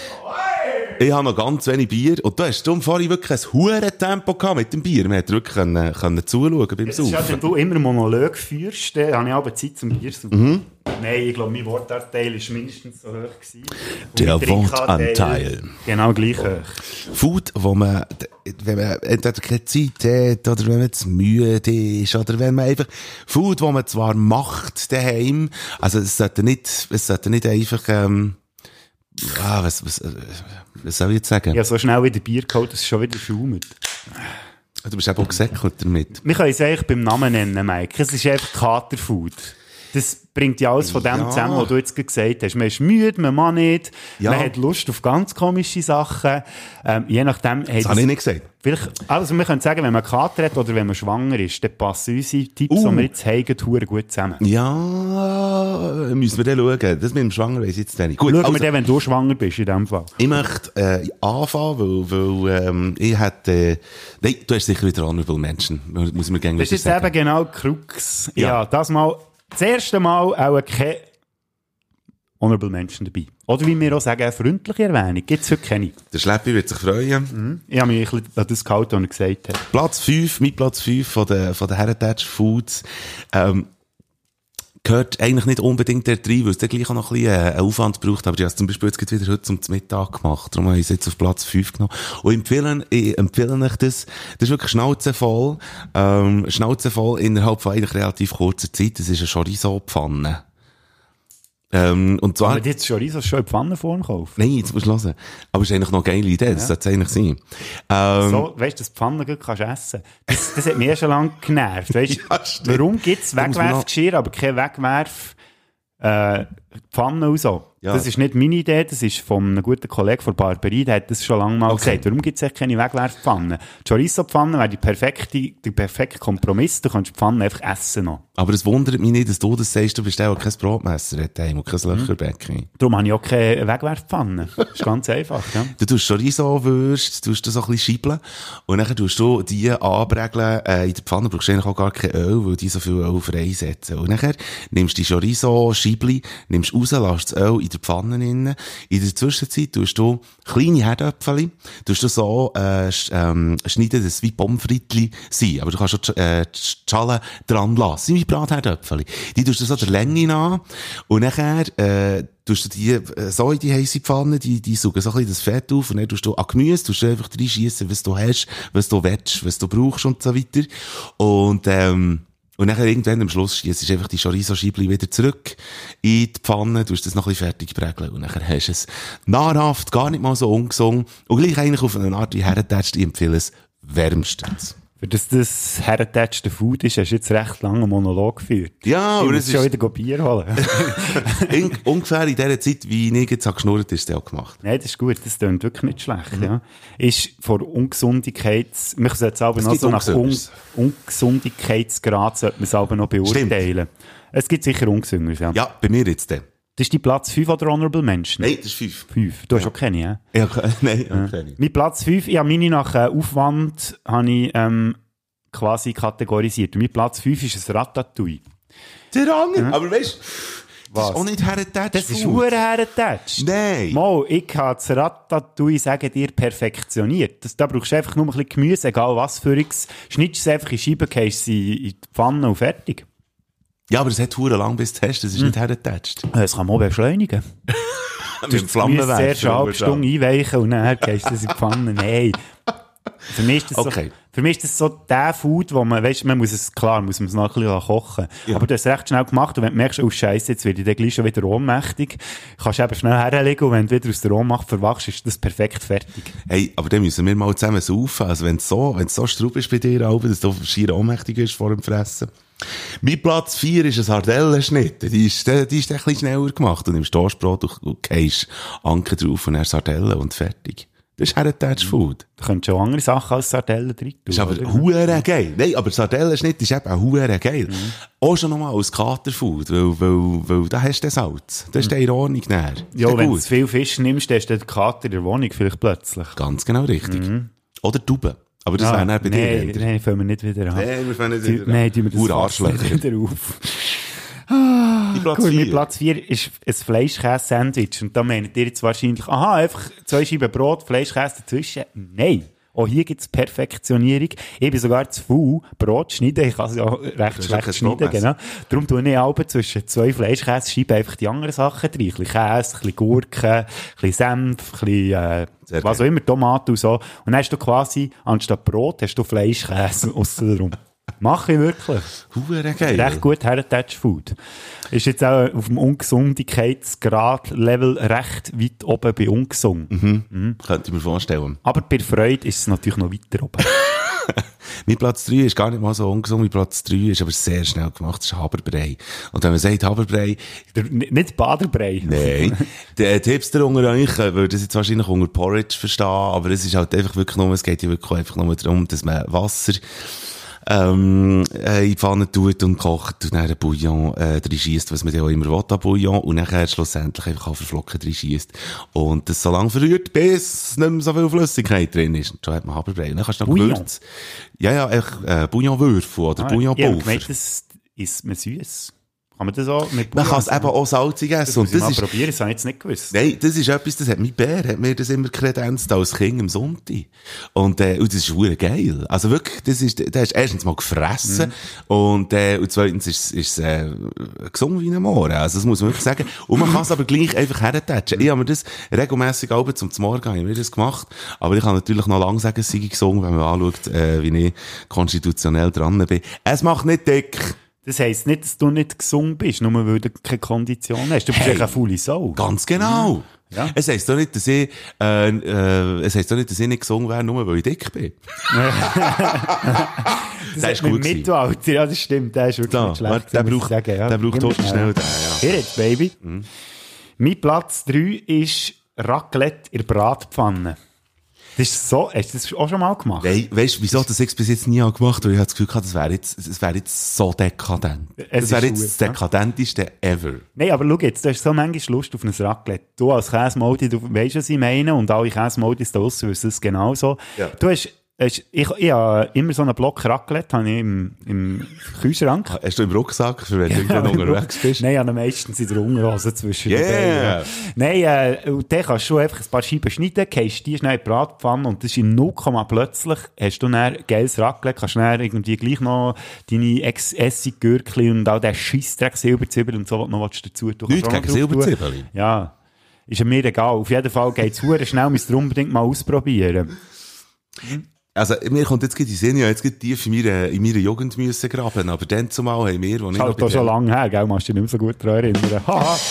Ich habe noch ganz wenig Bier. Und du hast vorhin wirklich ein Hurentempo gehabt mit dem Bier. Man hat wirklich können zuschauen beim Saufen. Ja, wenn du immer Monolog führst, dann habe ich aber Zeit zum Bier zu saufen. Nein, ich glaube, mein Wortanteil war mindestens so hoch gewesen. Der Wortanteil. Genau gleich hoch. Food, wo man, wenn man entweder keine Zeit hat, oder wenn man zu müde ist, oder wenn man einfach, Food, wo man zwar macht daheim, also es sollte nicht einfach, was soll ich jetzt sagen? Ich habe so schnell wieder Bier geholt, dass es schon wieder schaumt. Du bist eben auch gesäckelt damit. Wir können es eigentlich beim Namen nennen, Mike. Es ist einfach Katerfood. Das bringt ja alles von dem zusammen, was du jetzt gesagt hast. Man ist müde, man mag nicht, man hat Lust auf ganz komische Sachen. Je nachdem... Das habe ich nicht gesagt. Also wir können sagen, wenn man Kater hat oder wenn man schwanger ist, dann passen unsere Tipps, die wir jetzt haben, gut zusammen. Ja, müssen wir dann schauen. Das mit dem Schwanger weiss ich jetzt nicht. Gut, schauen wir dann, wenn du schwanger bist, in dem Fall. Ich möchte anfangen, weil ich hätte... nein, du hast sicher wieder Honorable Mention. Muss mir gerne das ist jetzt eben genau Krux. Ja, das erste Mal auch keine Honorable Mention dabei. Oder wie wir auch sagen, eine freundliche Erwähnung. Gibt es heute keine. Der Schleppi wird sich freuen. Ich habe mich ein bisschen an das gehalten, was er gesagt hat. Platz 5, mein Platz 5 von der Heritage Foods, gehört eigentlich nicht unbedingt dort rein, weil es dann gleich auch noch ein bisschen einen Aufwand braucht. Aber ich habe es zum Beispiel jetzt wieder heute zum Mittag gemacht. Darum habe ich es jetzt auf Platz 5 genommen. Und ich empfehle euch das. Das ist wirklich schnauzenvoll. Schnauzenvoll innerhalb von eigentlich relativ kurzer Zeit. Das ist eine Chorizo-Pfanne. Und zwar... Aber jetzt Chorizo schon in Pfannenform kaufen? Nein, jetzt musst du hören. Aber es ist eigentlich noch eine geile Idee, das sollte es eigentlich sein. So, weißt du, das Pfannen kannst du essen. Das hat mich schon lange genervt. Weißt, warum gibt es Wegwerfgeschirr, aber kein Wegwerf Pfanne und so? Ja. Das ist nicht meine Idee, das ist von einem guten Kollegen von Barberie, der hat das schon lange mal gesagt. Warum gibt es echt keine Wegwerfpfanne? Die Chorizo-Pfanne wäre der perfekte Kompromiss, du kannst die Pfanne einfach essen noch. Aber es wundert mich nicht, dass du das sagst, du bist auch kein Brotmesser daheim und kein Löcherbecken. Darum habe ich auch keine Wegwerfpfanne. Das ist ganz einfach. Ja. Du tust Chorizo-Würst, tust das so ein bisschen schiebeln und dann tust du die anbregeln. In der Pfanne brauchst du eigentlich auch gar kein Öl, weil die so viel Öl freisetzen. Und dann nimmst du die Chorizo-Schiebli, nimmst raus, lässt das Öl in der Pfanne rein. In der Zwischenzeit tust du kleine Herdöpfchen, tust du so schneiden, das wie Pommes frites sein. Aber du kannst schon die Schale dran lassen. Wie Bratherdöpfchen. Die tust du so der Länge nach. Und nachher tust du die so in die heisse Pfanne, die saugen so ein bisschen das Fett auf. Und dann tust du an Gemüse, tust du einfach reinschiessen, was du hast, was du willst, was du brauchst und so weiter. Und nachher irgendwann am Schluss schiessest du einfach die Chorizo-Scheibchen wieder zurück in die Pfanne, tust das noch ein bisschen fertig prägeln und nachher hast du es nahrhaft, gar nicht mal so ungesungen und gleich eigentlich auf eine Art wie hergetatscht. Ich empfehle es wärmstens. Für das hergetatschte Food ist, hast du jetzt recht lange einen Monolog geführt. Ja, aber es ist schon wieder Bier holen. Ungefähr in der Zeit, wie ich jetzt geschnurrt, ist das auch gemacht. Nein, das ist gut, das klingt wirklich nicht schlecht, ja. Ist vor Ungesundigkeits, man sollte es aber noch so nach Ungesundigkeitsgrad sollte man es aber noch beurteilen. Stimmt. Es gibt sicher Ungesünderes, ja. Ja, bei mir jetzt dann. Das ist die Platz 5 oder Honorable Mention? Nein, das ist 5. 5. Du hast auch keine, ja? Ja, nein, auch keine. Mein Platz 5, ich habe meine nach Aufwand habe ich, quasi kategorisiert. Und mein Platz 5 ist ein Ratatouille. Der andere? Ja. Aber weißt du, das ist auch nicht hergetatscht. Das ist nur hergetatscht. Nein. Mal, ich habe das Ratatouille, sagen dir, perfektioniert. Da brauchst du einfach nur ein bisschen Gemüse, egal was für es. Schnittst es einfach in Scheiben, gehst sie in die Pfanne und fertig. Ja, aber es hat verdammt lang bis du hast, das ist nicht hergetatscht. Das kann man beschleunigen. Du musst Flammen werfen. Zuerst eine halbe Stunde einweichen und dann gehst du das in die Pfanne. Nein. Für mich ist das okay. Für mich ist das so der Food, wo man, weißt, man muss es noch ein bisschen kochen. Ja. Aber du hast es recht schnell gemacht und wenn du merkst, oh Scheiße, jetzt werde ich dann gleich schon wieder ohnmächtig, kannst du eben schnell herlegen und wenn du wieder aus der Ohnmacht verwachst, ist das perfekt fertig. Hey, aber dann müssen wir mal zusammen saufen. Also wenn es so Straub ist bei dir, dass du schier ohnmächtig bist vor dem Fressen. Mein Platz 4 ist ein Sardellenschnitt. Die ist ein bisschen schneller gemacht. Du nimmst Toastbrot und gehst Anker drauf und dann Sardellen und fertig. Das ist Heritage Food. Du könntest schon andere Sachen als Sardellen drin tun. Das ist aber hure geil. Nein, aber Sardellenschnitt ist eben auch hure geil. Auch schon nochmal als Katerfood, weil da hast du den Salz. Das ist in Ordnung näher. Ja, wenn du zu viel Fisch nimmst, dann hast du den Kater in der Wohnung vielleicht plötzlich. Ganz genau richtig. Oder Tauben. Aber das wäre dann bei dir. Nein, fangen wir nicht wieder an. Nein, wir fangen nicht wieder an. Nein, tun wir das Arschlöcher wieder auf. Mein Platz 4 ist ein Fleischkäse-Sandwich. Und da meint ihr jetzt wahrscheinlich, einfach 2 Scheiben Brot, Fleischkäse dazwischen. Nein. Auch hier gibt es Perfektionierung. Ich bin sogar zu faul, Brot schneiden. Ich kann es ja auch recht schlecht schneiden, genau. Darum tue ich auch zwischen 2 Fleischkäse-Scheiben einfach die anderen Sachen drin. Ein bisschen Käse, ein bisschen Gurken, ein bisschen Senf, ein bisschen, was auch immer, Tomaten und so. Und dann hast du quasi, anstatt Brot, hast du Fleischkäse aussen. Mache ich wirklich. Hure geil. Recht gut Heritage Food. Ist jetzt auch auf dem Ungesundigkeitsgrad-Level recht weit oben bei ungesund. Könnte ich mir vorstellen. Aber bei Freude ist es natürlich noch weiter oben. Mein Platz 3 ist gar nicht mal so ungesund. Mein Platz 3 ist aber sehr schnell gemacht. Das ist Haberbrei. Und wenn man sagt Haberbrei... Nicht Baderbrei. Nein. Die Hipster unter euch würden das jetzt wahrscheinlich unter Porridge verstehen. Aber es ist halt einfach wirklich nur, es geht ja wirklich einfach nur darum, dass man Wasser in die Pfanne tut und kocht und dann einen Bouillon drin schiesst, was man ja auch immer will, an Bouillon, und nachher schlussendlich einfach Haferflocken drin schiesst und das so lange verrührt, bis nicht mehr so viel Flüssigkeit drin ist. Und schon hat man Haferbrei. Und dann kannst du noch Gewürz. Ja, Bouillonwürfel oder Bouillonpulver. Ich meine, das isst man süß. Kann man das auch mit Man kann es eben auch salzig essen. Das muss ich mal probieren, das habe ich jetzt nicht gewusst. Nein, das ist etwas, das hat mein Bär, hat mir das immer kredenzt als Kind am Sonntag. Und das ist verdammt geil. Also wirklich, der ist erstens mal gefressen und zweitens ist es gesungen wie ein Moor. Also das muss man wirklich sagen. Und man kann es aber gleich einfach hertatschen. Ich habe mir das regelmässig zum Morgen habe ich mir das gemacht. Aber ich kann natürlich noch lange sagen, es sei gesungen, wenn man anschaut, wie ich konstitutionell dran bin. Es macht nicht dick. Das heisst nicht, dass du nicht gesund bist, nur weil du keine Kondition hast. Du bist eine faule Sau. Ganz genau. Ja. Es heisst doch nicht, dass ich nicht gesungen wäre, nur weil ich dick bin. Das ist gut im Mittelalter, ja, das stimmt. Der ist wirklich nicht schlecht. Der braucht auch schnell den, ja. Hier jetzt, Baby. Mein Platz 3 ist Raclette in der Bratpfanne. Das ist so, hast du das auch schon mal gemacht? Nein, weißt du, wieso das ich bis jetzt nie gemacht habe? Weil ich habe das Gefühl gehabt, das wäre jetzt so dekadent. Das wäre jetzt das dekadenteste ever. Nein, aber schau jetzt, du hast so manchmal Lust auf ein Raclette. Du als Käsemoldi, du weisst, was ich meine, und alle Käsemoldi da draussen wissen es genauso. Ja. Du hast Ich habe immer so einen Block Raclette im Kühlschrank. Hast du im Rucksack, für wenn du irgendwann unterwegs bist? Nein, ich habe meistens in der Unterhose zwischen den Beinen. Nein, und dann kannst du einfach ein paar Scheiben schneiden, gehst die schnell in die Bratpfanne und das ist im 0, plötzlich hast du dann geiles Raclette, kannst du dann irgendwie gleich noch deine Essiggürkli und all den Scheissdreck, Silberzwiebeln und so, was noch dazu tun. Nichts gegen Silberzwiebeln? Ja, ist mir egal. Auf jeden Fall geht es verdammt schnell, müsst ihr unbedingt mal ausprobieren. Also, mir kommt jetzt gerade die Sinn, ja, jetzt gerade tief in meiner Jugend müssen graben, aber dann zumal haben wir, wo ich noch bei schon lange her, gell, musst du dich nicht mehr so gut daran erinnern.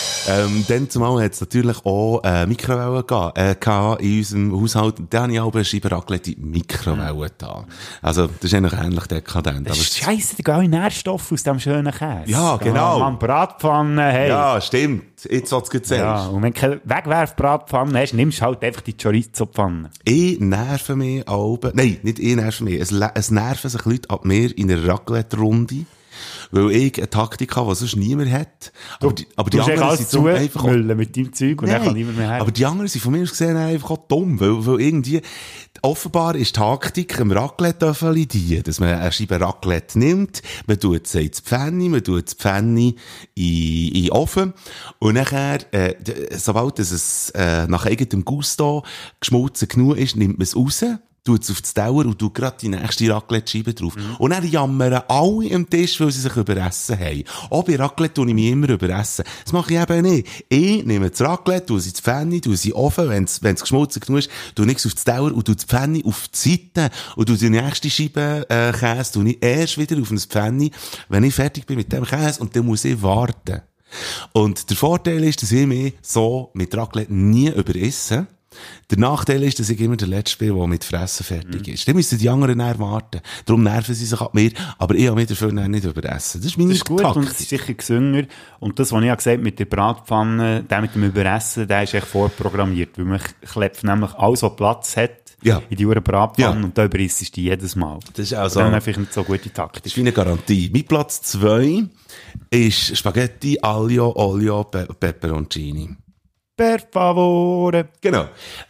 Dann zumal hat es natürlich auch Mikrowellen gehabt in unserem Haushalt. Dann habe ich auch eine Scheibe Raclette in Mikrowellen da. Also, das ist eigentlich ähnlich dekadent. Das ist scheisse, da gehen Nährstoffe aus dem schönen Käse. Ja, genau. Man Bratpfanne, hey. Ja, stimmt. Jetzt hat's gezählt. Ja, und wenn du keine Wegwerfbratpfanne hast, nimmst du halt einfach die Chorizo-Pfanne. Ich nerve mich aber, nein, nicht ich nerve mich. Es nerven sich Leute ab mir in einer Raclette-Runde, weil ich eine Taktik habe, die sonst niemand hat. Aber die anderen sind so einfach mit deinem Zeug und dann kann niemand mehr her. Aber die anderen sind von mir aus gesehen einfach auch dumm, weil irgendwie, offenbar ist die Taktik im Raclette-Töffeli die, dass man eine Scheibe Raclette nimmt, man tut es ins Pfenni, man tut das Pfenni in den Ofen und nachher, sobald es nach eigenem Gusto geschmolzen genug ist, nimmt man es raus, tut es auf die Dauer und tut gerade die nächste Raclette-Scheibe drauf. Und dann jammern alle am Tisch, weil sie sich überessen haben. Auch bei Raclette tue ich mich immer überessen. Das mache ich eben nicht. Ich nehme das Raclette, tue es ins Pfenni, tue es in den Ofen, wenn es geschmolzen genug ist, tue nichts auf die Dauer und tue das Pfenni auf die Seite und tue die nächste Scheibe Käse, tue ich erst wieder auf das Pfenni, wenn ich fertig bin mit dem Käse und dann muss ich warten. Und der Vorteil ist, dass ich mich so mit Raclette nie überesse. Der Nachteil ist, dass ich immer der Letzte bin, der mit Fressen fertig ist. Dann müssen die anderen dann warten. Darum nerven sie sich ab mir, aber ich habe mich dafür nicht überessen. Das ist meine Taktik. Das ist gut und es ist sicher gesünder. Und das, was ich gesagt habe mit der Bratpfanne, der mit dem Überessen, der ist echt vorprogrammiert, weil man klebt nämlich alles, was Platz hat, in die Bratpfanne und da überisst du die jedes Mal. Das ist also dann einfach nicht so gute Taktik. Das ist wie eine Garantie. Mein Platz 2 ist Spaghetti Aglio, Olio, Peperoncini. Per favore. Genau.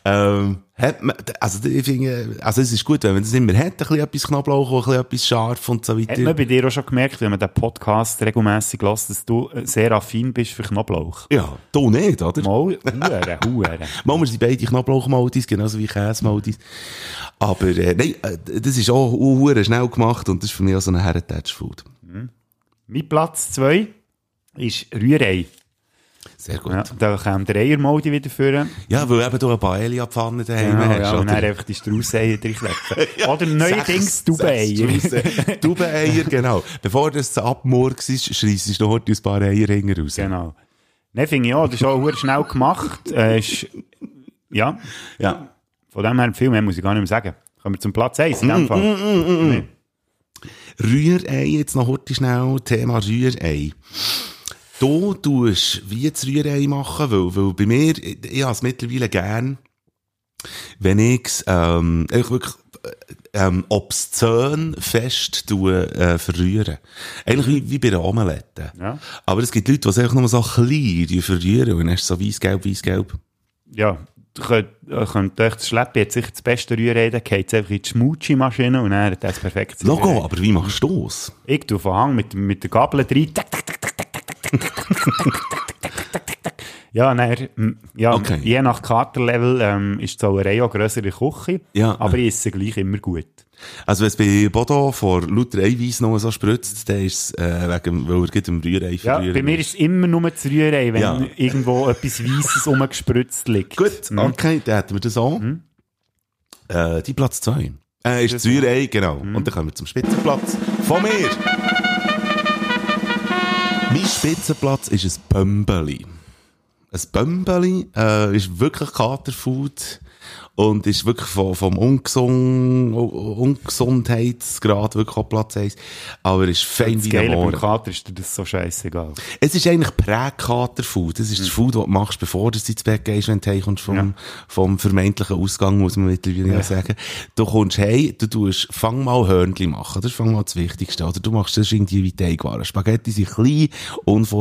Ich finde, es ist gut, wenn man das immer hat, ein bisschen etwas Knoblauch, ein bisschen etwas scharf und so weiter. Hat man bei dir auch schon gemerkt, wenn man den Podcast regelmässig hört, dass du sehr affin bist für Knoblauch? Ja, du nicht, oder? Mal, Huren. Mal, wir sind beide Knoblauchmaldis, genauso wie Käsemaldis. Aber, nein, das ist auch Huren schnell gemacht und das ist für mich auch so ein Heritage-Food. Mein Platz 2 ist Rührei. Sehr gut. Ja, da kommt der Eiermaldi wieder führen. Ja, weil eben du eine Paella-Pfanne daheim hast. Ja, und dann einfach die Strausseier reinkleppen. Oder neuerdings Taubeneier. Taubeneier, genau. Bevor du es abmurkst, schreissest du heute ein paar Eier hinten raus. Genau. Nein, finde ich auch. Das ist auch schnell gemacht. Ja. Von dem her viel mehr muss ich gar nicht mehr sagen. Kommen wir zum Platz 1 in dem Fall. Rührei, jetzt noch heute schnell. Thema Rührei. Du tust wie das Rührei machen, weil bei mir, ich habe es mittlerweile gern, wenn ich es wirklich obszön fest verrühren. Eigentlich wie bei einer Omelette. Ja. Aber es gibt Leute, die es einfach nur so klein verrühren und dann ist es so weiss-gelb. Ja, könnt euch das schleppen, jetzt sicher das beste Rührei, dann geht es einfach in die Schmutschi-Maschine und dann hat das perfekt. Logo, aber wie machst du es? Ich tue von Hang mit der Gabel rein, Ja, okay. Je nach Katerlevel ist die Sauerei auch grösser in der Küche, aber ich esse gleich immer gut. Also wenn es bei Bodo vor lauter Eiweiß noch so spritzt, dann ist es weil er im Rührei verrührt. Ja, bei mir ist es immer nur das Rührei, wenn irgendwo etwas Weisses rumgespritzt liegt. Gut, okay, dann hätten wir das auch. Die Platz 2. Ist das Rührei, genau. Und dann kommen wir zum Spitzenplatz von mir. Mein Spitzenplatz ist ein Bömbeli. Ein Bömbeli ist wirklich Katerfood und ist wirklich vom Ungesundheitsgrad wirklich auch Platz 1. Aber ist fein wie ein Mohren. Beim Kater ist dir das so scheissegal. Es ist eigentlich Prä-Katerfood. Das ist das Food, das du machst, bevor du ins Bett gehst, wenn du heimkommst vom vermeintlichen Ausgang, muss man mittlerweile sagen. Du kommst heim, du tust, fang mal Hörnchen machen. Das ist fang mal das Wichtigste. Oder du machst das irgendwie wie Teigwaren. Spaghetti sind klein,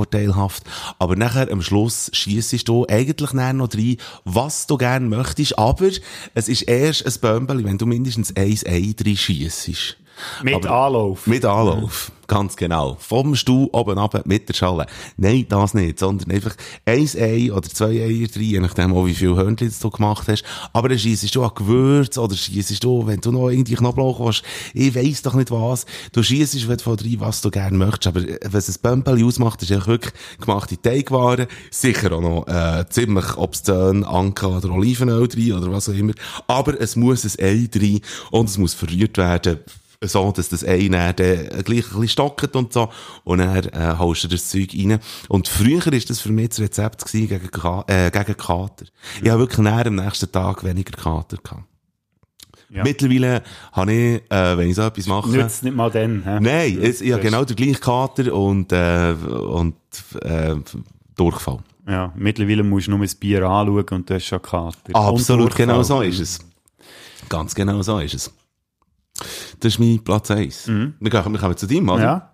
unvorteilhaft. Aber nachher am Schluss schiessest du eigentlich noch rein, was du gerne möchtest, aber Aber es ist erst ein Bömbeli, wenn du mindestens 1 Ei drin schiessest. Mit Anlauf. Mit Anlauf, ganz genau. Vom Stuhl oben runter mit der Schale. Nein, das nicht, sondern einfach 1 Ei oder 2 Eier drin, je nachdem auch, wie viel Hörnchen du gemacht hast. Aber dann schiessest du an Gewürz oder schiessest du, wenn du noch irgendwie Knoblauch willst, ich weiss doch nicht was, du schiessest von drin, was du gerne möchtest. Aber was ein Bömpeli ausmacht, ist eigentlich wirklich gemachte Teigwaren, sicher auch noch ziemlich obszön Anka oder Olivenöl drin oder was auch immer. Aber es muss ein Ei drin und es muss verrührt werden, so, dass das Ei dann gleich ein bisschen stockt und so. Und dann haust du das Zeug rein. Und früher war das für mich das Rezept gegen Kater. Ich habe wirklich am nächsten Tag weniger Kater gehabt. Ja. Mittlerweile habe ich, wenn ich so etwas mache... Nützt nicht mal dann. Nein, ich habe genau den gleichen Kater und Durchfall. Ja, mittlerweile musst du nur das Bier anschauen und du hast schon Kater. Absolut, genau so ist es. Ganz genau so ist es. Das ist mein Platz 1. Mhm. Wir kommen zu deinem, oder? Ja.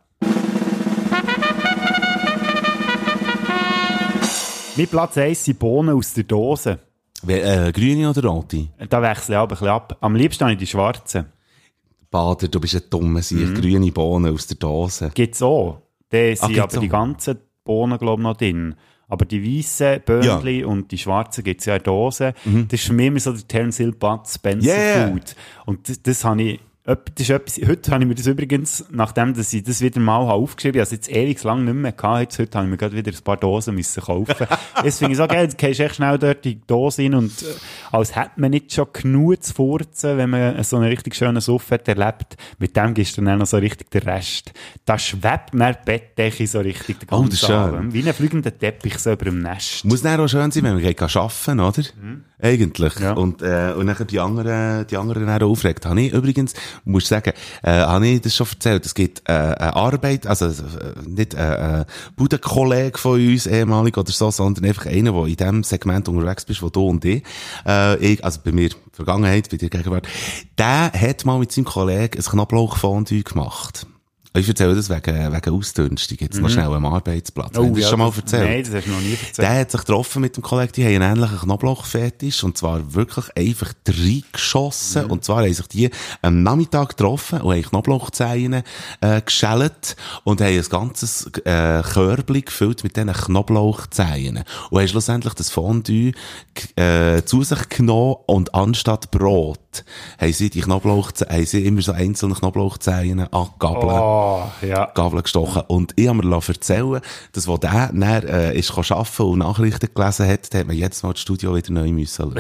Mein Platz 1 sind Bohnen aus der Dose. Grüne oder rote? Da wechsle ich aber ein bisschen ab. Am liebsten habe ich die schwarzen. Bader, du bist ein dummer Sieg. Grüne Bohnen aus der Dose. Gibt's auch. Da sind aber die ganzen Bohnen, glaube ich, noch drin. Aber die weißen Böhnchen und die schwarzen gibt es ja in der Dose. Mhm. Das ist für mich immer so der Terence Hill Bud Spencer Food. Und das habe ich... Das ist etwas, heute habe ich mir das übrigens, nachdem dass ich das wieder mal aufgeschrieben habe, also jetzt ewig lang nicht mehr gehabt, heute habe ich mir gerade wieder ein paar Dosen müssen kaufen. Jetzt finde ich so, okay, jetzt gehst du echt schnell dort in die Dose rein und als hätte man nicht schon genug zu furzen, wenn man so einen richtig schönen Suff hat erlebt, mit dem gibst du dann noch so richtig den Rest. Da schwebt mir die Bettdecke so richtig den ganzen Abend. Wie ein fliegender Teppich so über dem Nest. Muss dann auch schön sein, wenn man arbeiten kann, oder? Mhm. Eigentlich. Ja. Und nachher die anderen dann aufregt. Habe ich übrigens, muss ich sagen, habe ich das schon erzählt. Es gibt eine Arbeit, also nicht ein Budenkollege von uns, ehemalig oder so, sondern einfach einer, der in dem Segment unterwegs bist, wo du und ich, also bei mir Vergangenheit, bei dir Gegenwart, der hat mal mit seinem Kollegen ein Knoblauchfondue gemacht. Ich erzähle das wegen Ausdünstung, jetzt noch schnell am Arbeitsplatz. Oh, hast du das schon mal erzählt? Nein, das hast du noch nie erzählt. Der hat sich getroffen mit dem Kollegen, die haben einen ähnlichen Knoblauchfetisch, und zwar wirklich einfach reingeschossen, und zwar haben sich die am Nachmittag getroffen und haben Knoblauchzehen geschält und haben ein ganzes Körbchen gefüllt mit diesen Knoblauchzehen und haben schlussendlich das Fondue zu sich genommen und anstatt Brot haben sie immer so einzelne Knoblauchzehen angegabelt. Gabel gestochen. Und ich habe mir erzählen, dass wo der dann ist arbeiten und Nachrichten gelesen hat, hat man jetzt mal das Studio wieder neu müssen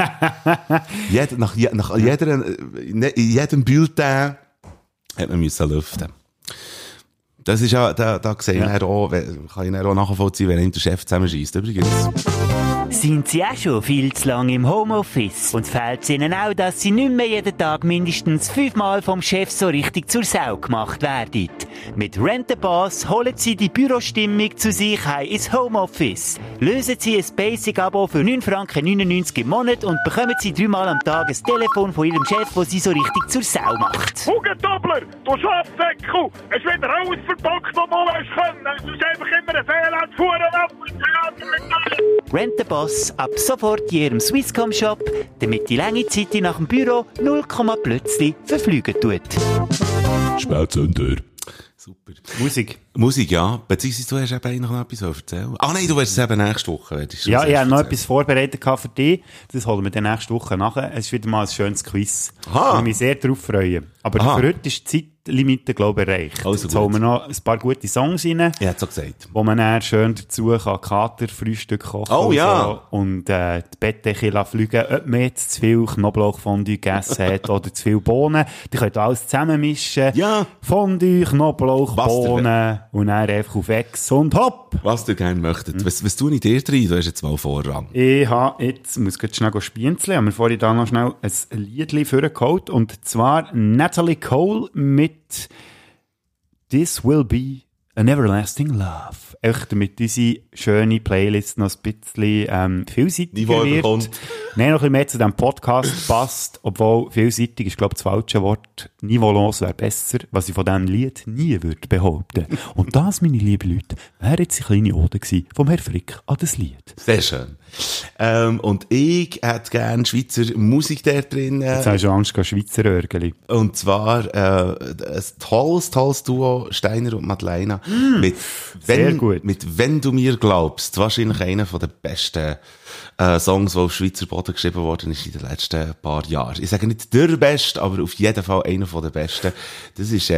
nach jedem Bulletin hat man müssen lüften. Das ist ja, da sehe ich auch, kann ich auch nachvollziehen, wenn ihm der Chef zusammenschießt. Übrigens. Sind Sie auch schon viel zu lange im Homeoffice? Und fällt es Ihnen auch, dass Sie nicht mehr jeden Tag mindestens 5-mal vom Chef so richtig zur Sau gemacht werden? Mit Rent a Boss holen Sie die Bürostimmung zu sich heim ins Homeoffice. Lösen Sie ein Basic-Abo für 9,99 Franken im Monat und bekommen Sie 3-mal am Tag ein Telefon von Ihrem Chef, das Sie so richtig zur Sau macht. Hugendobler, du Schafsäckel! Es ist wieder alles verbockt, was du hast können. Es ist einfach immer ein Fehler, die Fuhren ab und Rent a Boss ab sofort in Ihrem Swisscom-Shop, damit die lange Zeit nach dem Büro 0, plötzlich verfliegen tut. Spätzünder. Super. Musik, ja. Beziehungsweise du hast eben eigentlich noch etwas erzählen. Ah nein, du wirst es eben nächste Woche. Ja, ich habe noch etwas vorbereitet für dich. Das holen wir dann nächste Woche nachher. Es ist wieder mal ein schönes Quiz. Aha. Ich mich sehr darauf freuen. Aber für heute ist die Zeitlimite, glaube ich, erreicht. Also jetzt holen wir noch ein paar gute Songs rein. Ja, so gesagt. Wo man dann schön dazu kann Katerfrühstück kochen und ja. So. Und die Bettdecke fliegen, ob man jetzt zu viel Knoblauchfondue gegessen hat oder zu viel Bohnen. Die könnt alles zusammenmischen. Ja. Fondue, Knoblauch, Bohnen und dann einfach auf Ex und hopp! Was du gerne möchtest. Was tue ich dir drin? Du hast jetzt mal Vorrang. Ich habe jetzt, muss jetzt schnell spienzeln, haben wir vorhin da noch schnell ein Liedchen vorgeholt, und zwar Natalie Cole mit This Will Be An Everlasting Love. Echt, damit unsere schöne Playlist noch ein bisschen vielseitiger wird. Nein, noch ein bisschen mehr zu diesem Podcast passt, obwohl vielseitig ist, glaube ich, das falsche Wort. Niveaulos wäre besser, was ich von diesem Lied nie würde behaupten. Und das, meine lieben Leute, wäre jetzt eine kleine Ode gewesen vom Herrn Frick an das Lied. Sehr schön. Und ich hätte gerne Schweizer Musik da drin. Jetzt hast du Angst, Schweizer Örgeli. Und zwar ein tolles Duo, Steiner und Madeleine. Sehr gut. Mit «Wenn du mir glaubst», wahrscheinlich einer der besten Songs, die auf Schweizer Boden geschrieben worden ist in den letzten paar Jahren. Ich sage nicht der Beste, aber auf jeden Fall einer der besten. Das ist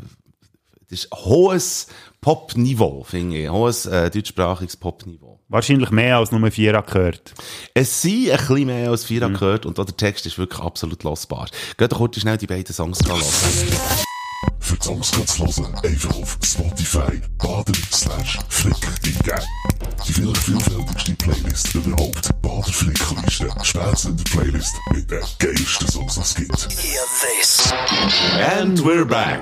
hohes Pop-Niveau, finde ich. Hohes deutschsprachiges Pop-Niveau. Wahrscheinlich mehr als nur 4 gehört. Es sind ein bisschen mehr als 4 gehört und auch der Text ist wirklich absolut losbar. Geht doch kurz schnell die beiden Songs hören. Für die Songs zu hören, einfach auf Spotify Bader/Flick eingeben. Die vielleicht vielfältigste Playlist überhaupt. Bader-Flick-Liste. Spätsender-Playlist mit den geilsten Songs, die es gibt. Hear this. And we're back.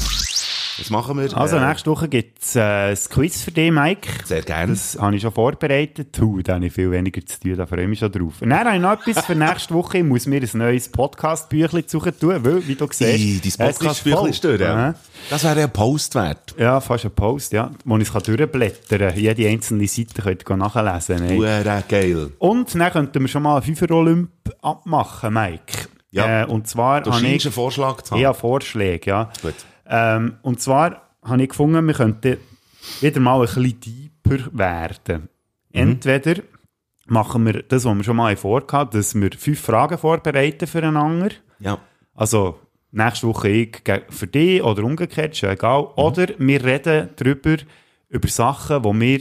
Was machen wir? Also, nächste Woche gibt es ein Quiz für dich, Mike. Sehr gerne. Das habe ich schon vorbereitet. Da habe ich viel weniger zu tun, da freue ich mich schon drauf. Und dann habe ich noch etwas für nächste Woche. Ich muss mir ein neues Podcast-Büchlein suchen tun, weil, wie du siehst, dein Podcast-Büchlein ist durch, ja. Das wäre ein Post wert. Ja, fast ein Post, ja. Wo ich es durchblättern kann. Jede einzelne Seite könnt ihr nachlesen. Geil. Und dann könnten wir schon mal einen 5er-Olymp abmachen, Mike. Ja. Und zwar du scheinst einen Vorschlag zu haben. Ja, Vorschläge, ja. Gut. Und zwar habe ich gefunden, wir könnten wieder mal ein bisschen deeper werden. Entweder machen wir das, was wir schon mal vorgehabt haben, dass wir 5 Fragen vorbereiten füreinander. Ja. Also nächste Woche ich für dich oder umgekehrt, ist ja egal. Oder wir reden über Sachen, die wir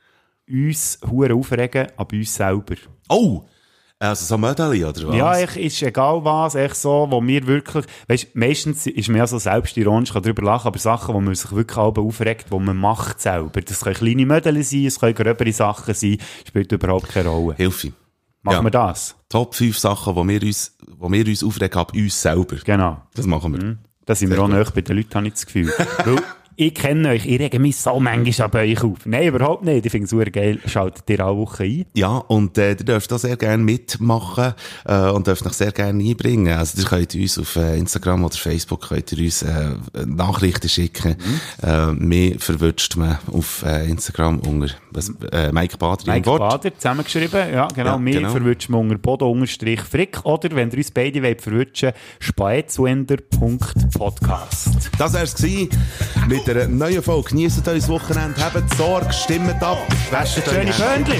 uns hure aufregen, an uns selber. Oh! Also so Mödeli, oder was? Ja, ist egal was, echt so, wo wir wirklich, weisst, meistens ist man ja so selbstironisch, kann darüber lachen, aber Sachen, wo man sich wirklich auch aufregt, die man macht selber. Das können kleine Mödeli sein, es können gröbere Sachen sein, spielt überhaupt keine Rolle. Hilfe. Machen wir das? Top 5 Sachen, die wir uns aufregen, ab uns selber. Genau. Das machen wir. Da sind wir auch nahe bei den Leuten, habe ich das Gefühl. Weil ich kenne euch, ich rege mich so manchmal bei euch auf. Nein, überhaupt nicht. Ich finde es super geil. Schaltet ihr alle Woche ein. Ja, und ihr dürft auch sehr gerne mitmachen und dürft euch sehr gerne einbringen. Also ihr könnt uns auf Instagram oder Facebook könnt ihr uns Nachrichten schicken. Mir verwünscht man auf Instagram unter Mike Bader. Mike Bader, zusammengeschrieben. Ja, genau. Ja, mir verwünscht man unter Bodo_Frick. Oder, wenn ihr uns beide wollt verwünschen, spaezuender.podcast. Das war es mit einer neuen Folge. Genießt euch das Wochenende, habt Sorge, stimmt ab, wäscht euch. Schöne Böndli!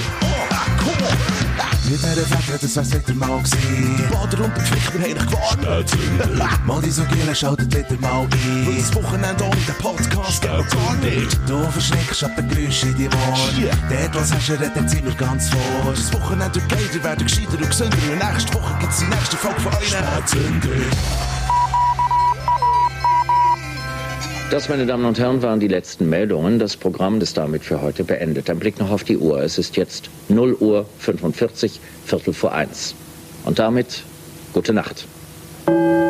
Mit einer Wette, das wär's wieder mal gewesen. Die Bader und der Frick, wir haben dich gewartet. Mal die so Gielen, schaltet wieder mal ein. Weil das Wochenende ohne den Podcast geht gar nicht. Du verschreckst ab den Geräuschen in die Ohren. Dort, was hast du, redet sind wir ganz vor. Das Wochenende wird geiler, werden gescheiter und gesünder. Und nächste Woche gibt's die nächste Folge von euch. Spätzünder. Das, meine Damen und Herren, waren die letzten Meldungen. Das Programm ist damit für heute beendet. Ein Blick noch auf die Uhr. Es ist jetzt 0:45, 1:15. Und damit gute Nacht.